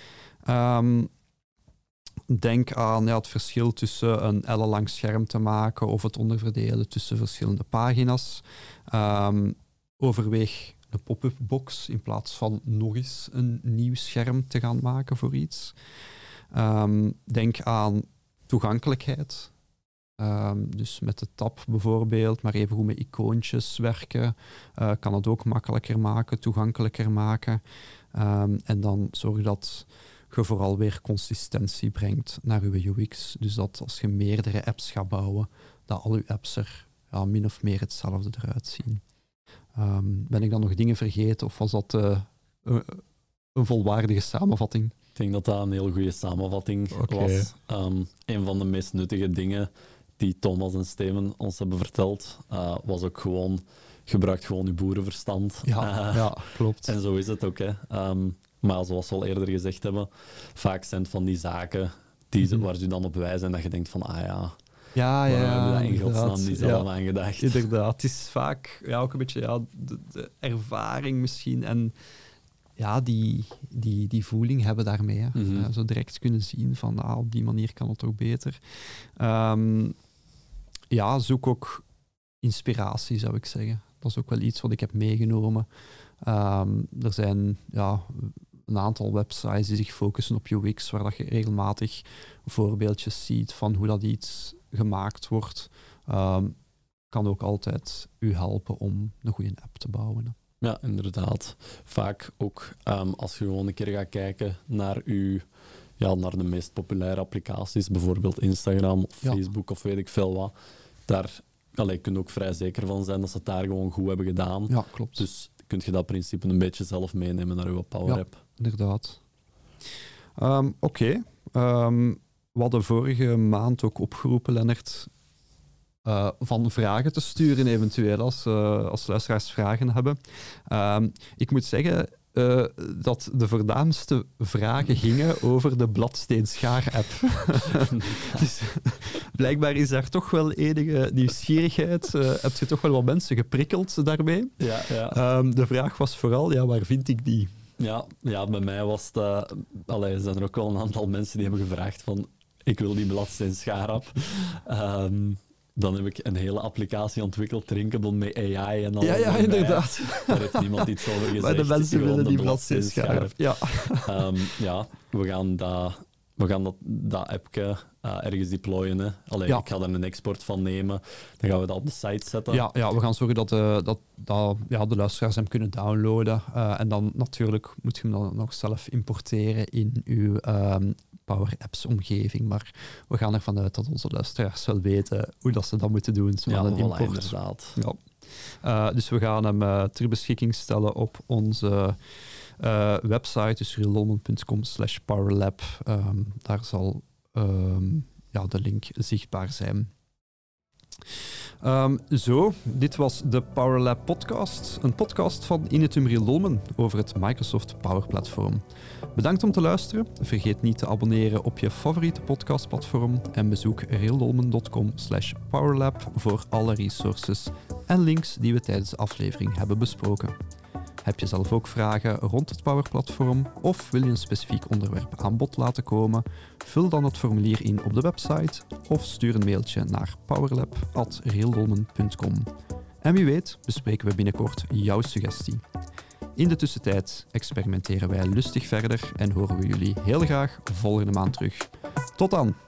Denk aan het verschil tussen een ellenlang scherm te maken of het onderverdelen tussen verschillende pagina's. Overweeg een pop-up box in plaats van nog eens een nieuw scherm te gaan maken voor iets. Denk aan toegankelijkheid. Dus met de tab bijvoorbeeld, maar even goed met icoontjes werken. Kan het ook makkelijker maken, toegankelijker maken. En dan zorg dat je vooral weer consistentie brengt naar je UX. Dus dat als je meerdere apps gaat bouwen, dat al je apps er min of meer hetzelfde eruit zien. Ben ik dan nog dingen vergeten of was dat een volwaardige samenvatting? Ik denk dat dat een heel goede samenvatting was. Een van de meest nuttige dingen die Thomas en Steven ons hebben verteld, was ook gewoon, gebruik gewoon je boerenverstand. Ja, klopt. En zo is het ook. Hè. Maar zoals we al eerder gezegd hebben, vaak zijn het van die zaken waar ze dan op wijzen en dat je denkt van, hebben we dat in godsnaam niet zelf aan gedacht. Inderdaad, het is vaak ook een beetje de ervaring misschien en die voeling hebben daarmee. Zo direct kunnen zien van op die manier kan het ook beter. Zoek ook inspiratie, zou ik zeggen. Dat is ook wel iets wat ik heb meegenomen. Er zijn een aantal websites die zich focussen op UX, waar dat je regelmatig voorbeeldjes ziet van hoe dat iets gemaakt wordt. Kan ook altijd u helpen om een goede app te bouwen. Ja, inderdaad. Vaak ook als je gewoon een keer gaat kijken naar naar de meest populaire applicaties, bijvoorbeeld Instagram of Facebook of weet ik veel wat. Daar kun je ook vrij zeker van zijn dat ze het daar gewoon goed hebben gedaan. Ja, klopt. Dus kun je dat principe een beetje zelf meenemen naar je Power App. Inderdaad. Oké. We hadden vorige maand ook opgeroepen, Lennart, van vragen te sturen eventueel als luisteraars vragen hebben. Ik moet zeggen dat de voornaamste vragen gingen over de Bladsteenschaar-app. Dus blijkbaar is daar toch wel enige nieuwsgierigheid. Heb je toch wel wat mensen geprikkeld daarmee? Ja. De vraag was vooral, waar vind ik die? Ja, bij mij was het... zijn er ook wel een aantal mensen die hebben gevraagd van ik wil die Bladsteenschaar-app. Dan heb ik een hele applicatie ontwikkeld, Drinkable met AI en al. Ja, inderdaad. Daar heeft niemand iets over gezegd. Maar de mensen willen die Bladsteenschaar-app. We gaan dat we gaan dat appje ergens deployen. Hè? Allee, Ja. Ik ga er een export van nemen. Dan gaan we dat op de site zetten. Ja, we gaan zorgen dat de luisteraars hem kunnen downloaden. En dan natuurlijk moet je hem dan nog zelf importeren in uw Power Apps omgeving. Maar we gaan ervan uit dat onze luisteraars wel weten hoe dat ze dat moeten doen. Zo aan een voilà, import. inderdaad. Ja. Dus we gaan hem ter beschikking stellen op onze website, dus realolmen.com/powerlab. Daar zal de link zichtbaar zijn. Dit was de PowerLab podcast. Een podcast van Inetum Riel-Lolmen over het Microsoft Power Platform. Bedankt om te luisteren. Vergeet niet te abonneren op je favoriete podcastplatform en bezoek riellolmen.com/powerlab voor alle resources en links die we tijdens de aflevering hebben besproken. Heb je zelf ook vragen rond het Power Platform of wil je een specifiek onderwerp aan bod laten komen? Vul dan het formulier in op de website of stuur een mailtje naar powerlab@riellolmen.com. En wie weet bespreken we binnenkort jouw suggestie. In de tussentijd experimenteren wij lustig verder en horen we jullie heel graag volgende maand terug. Tot dan!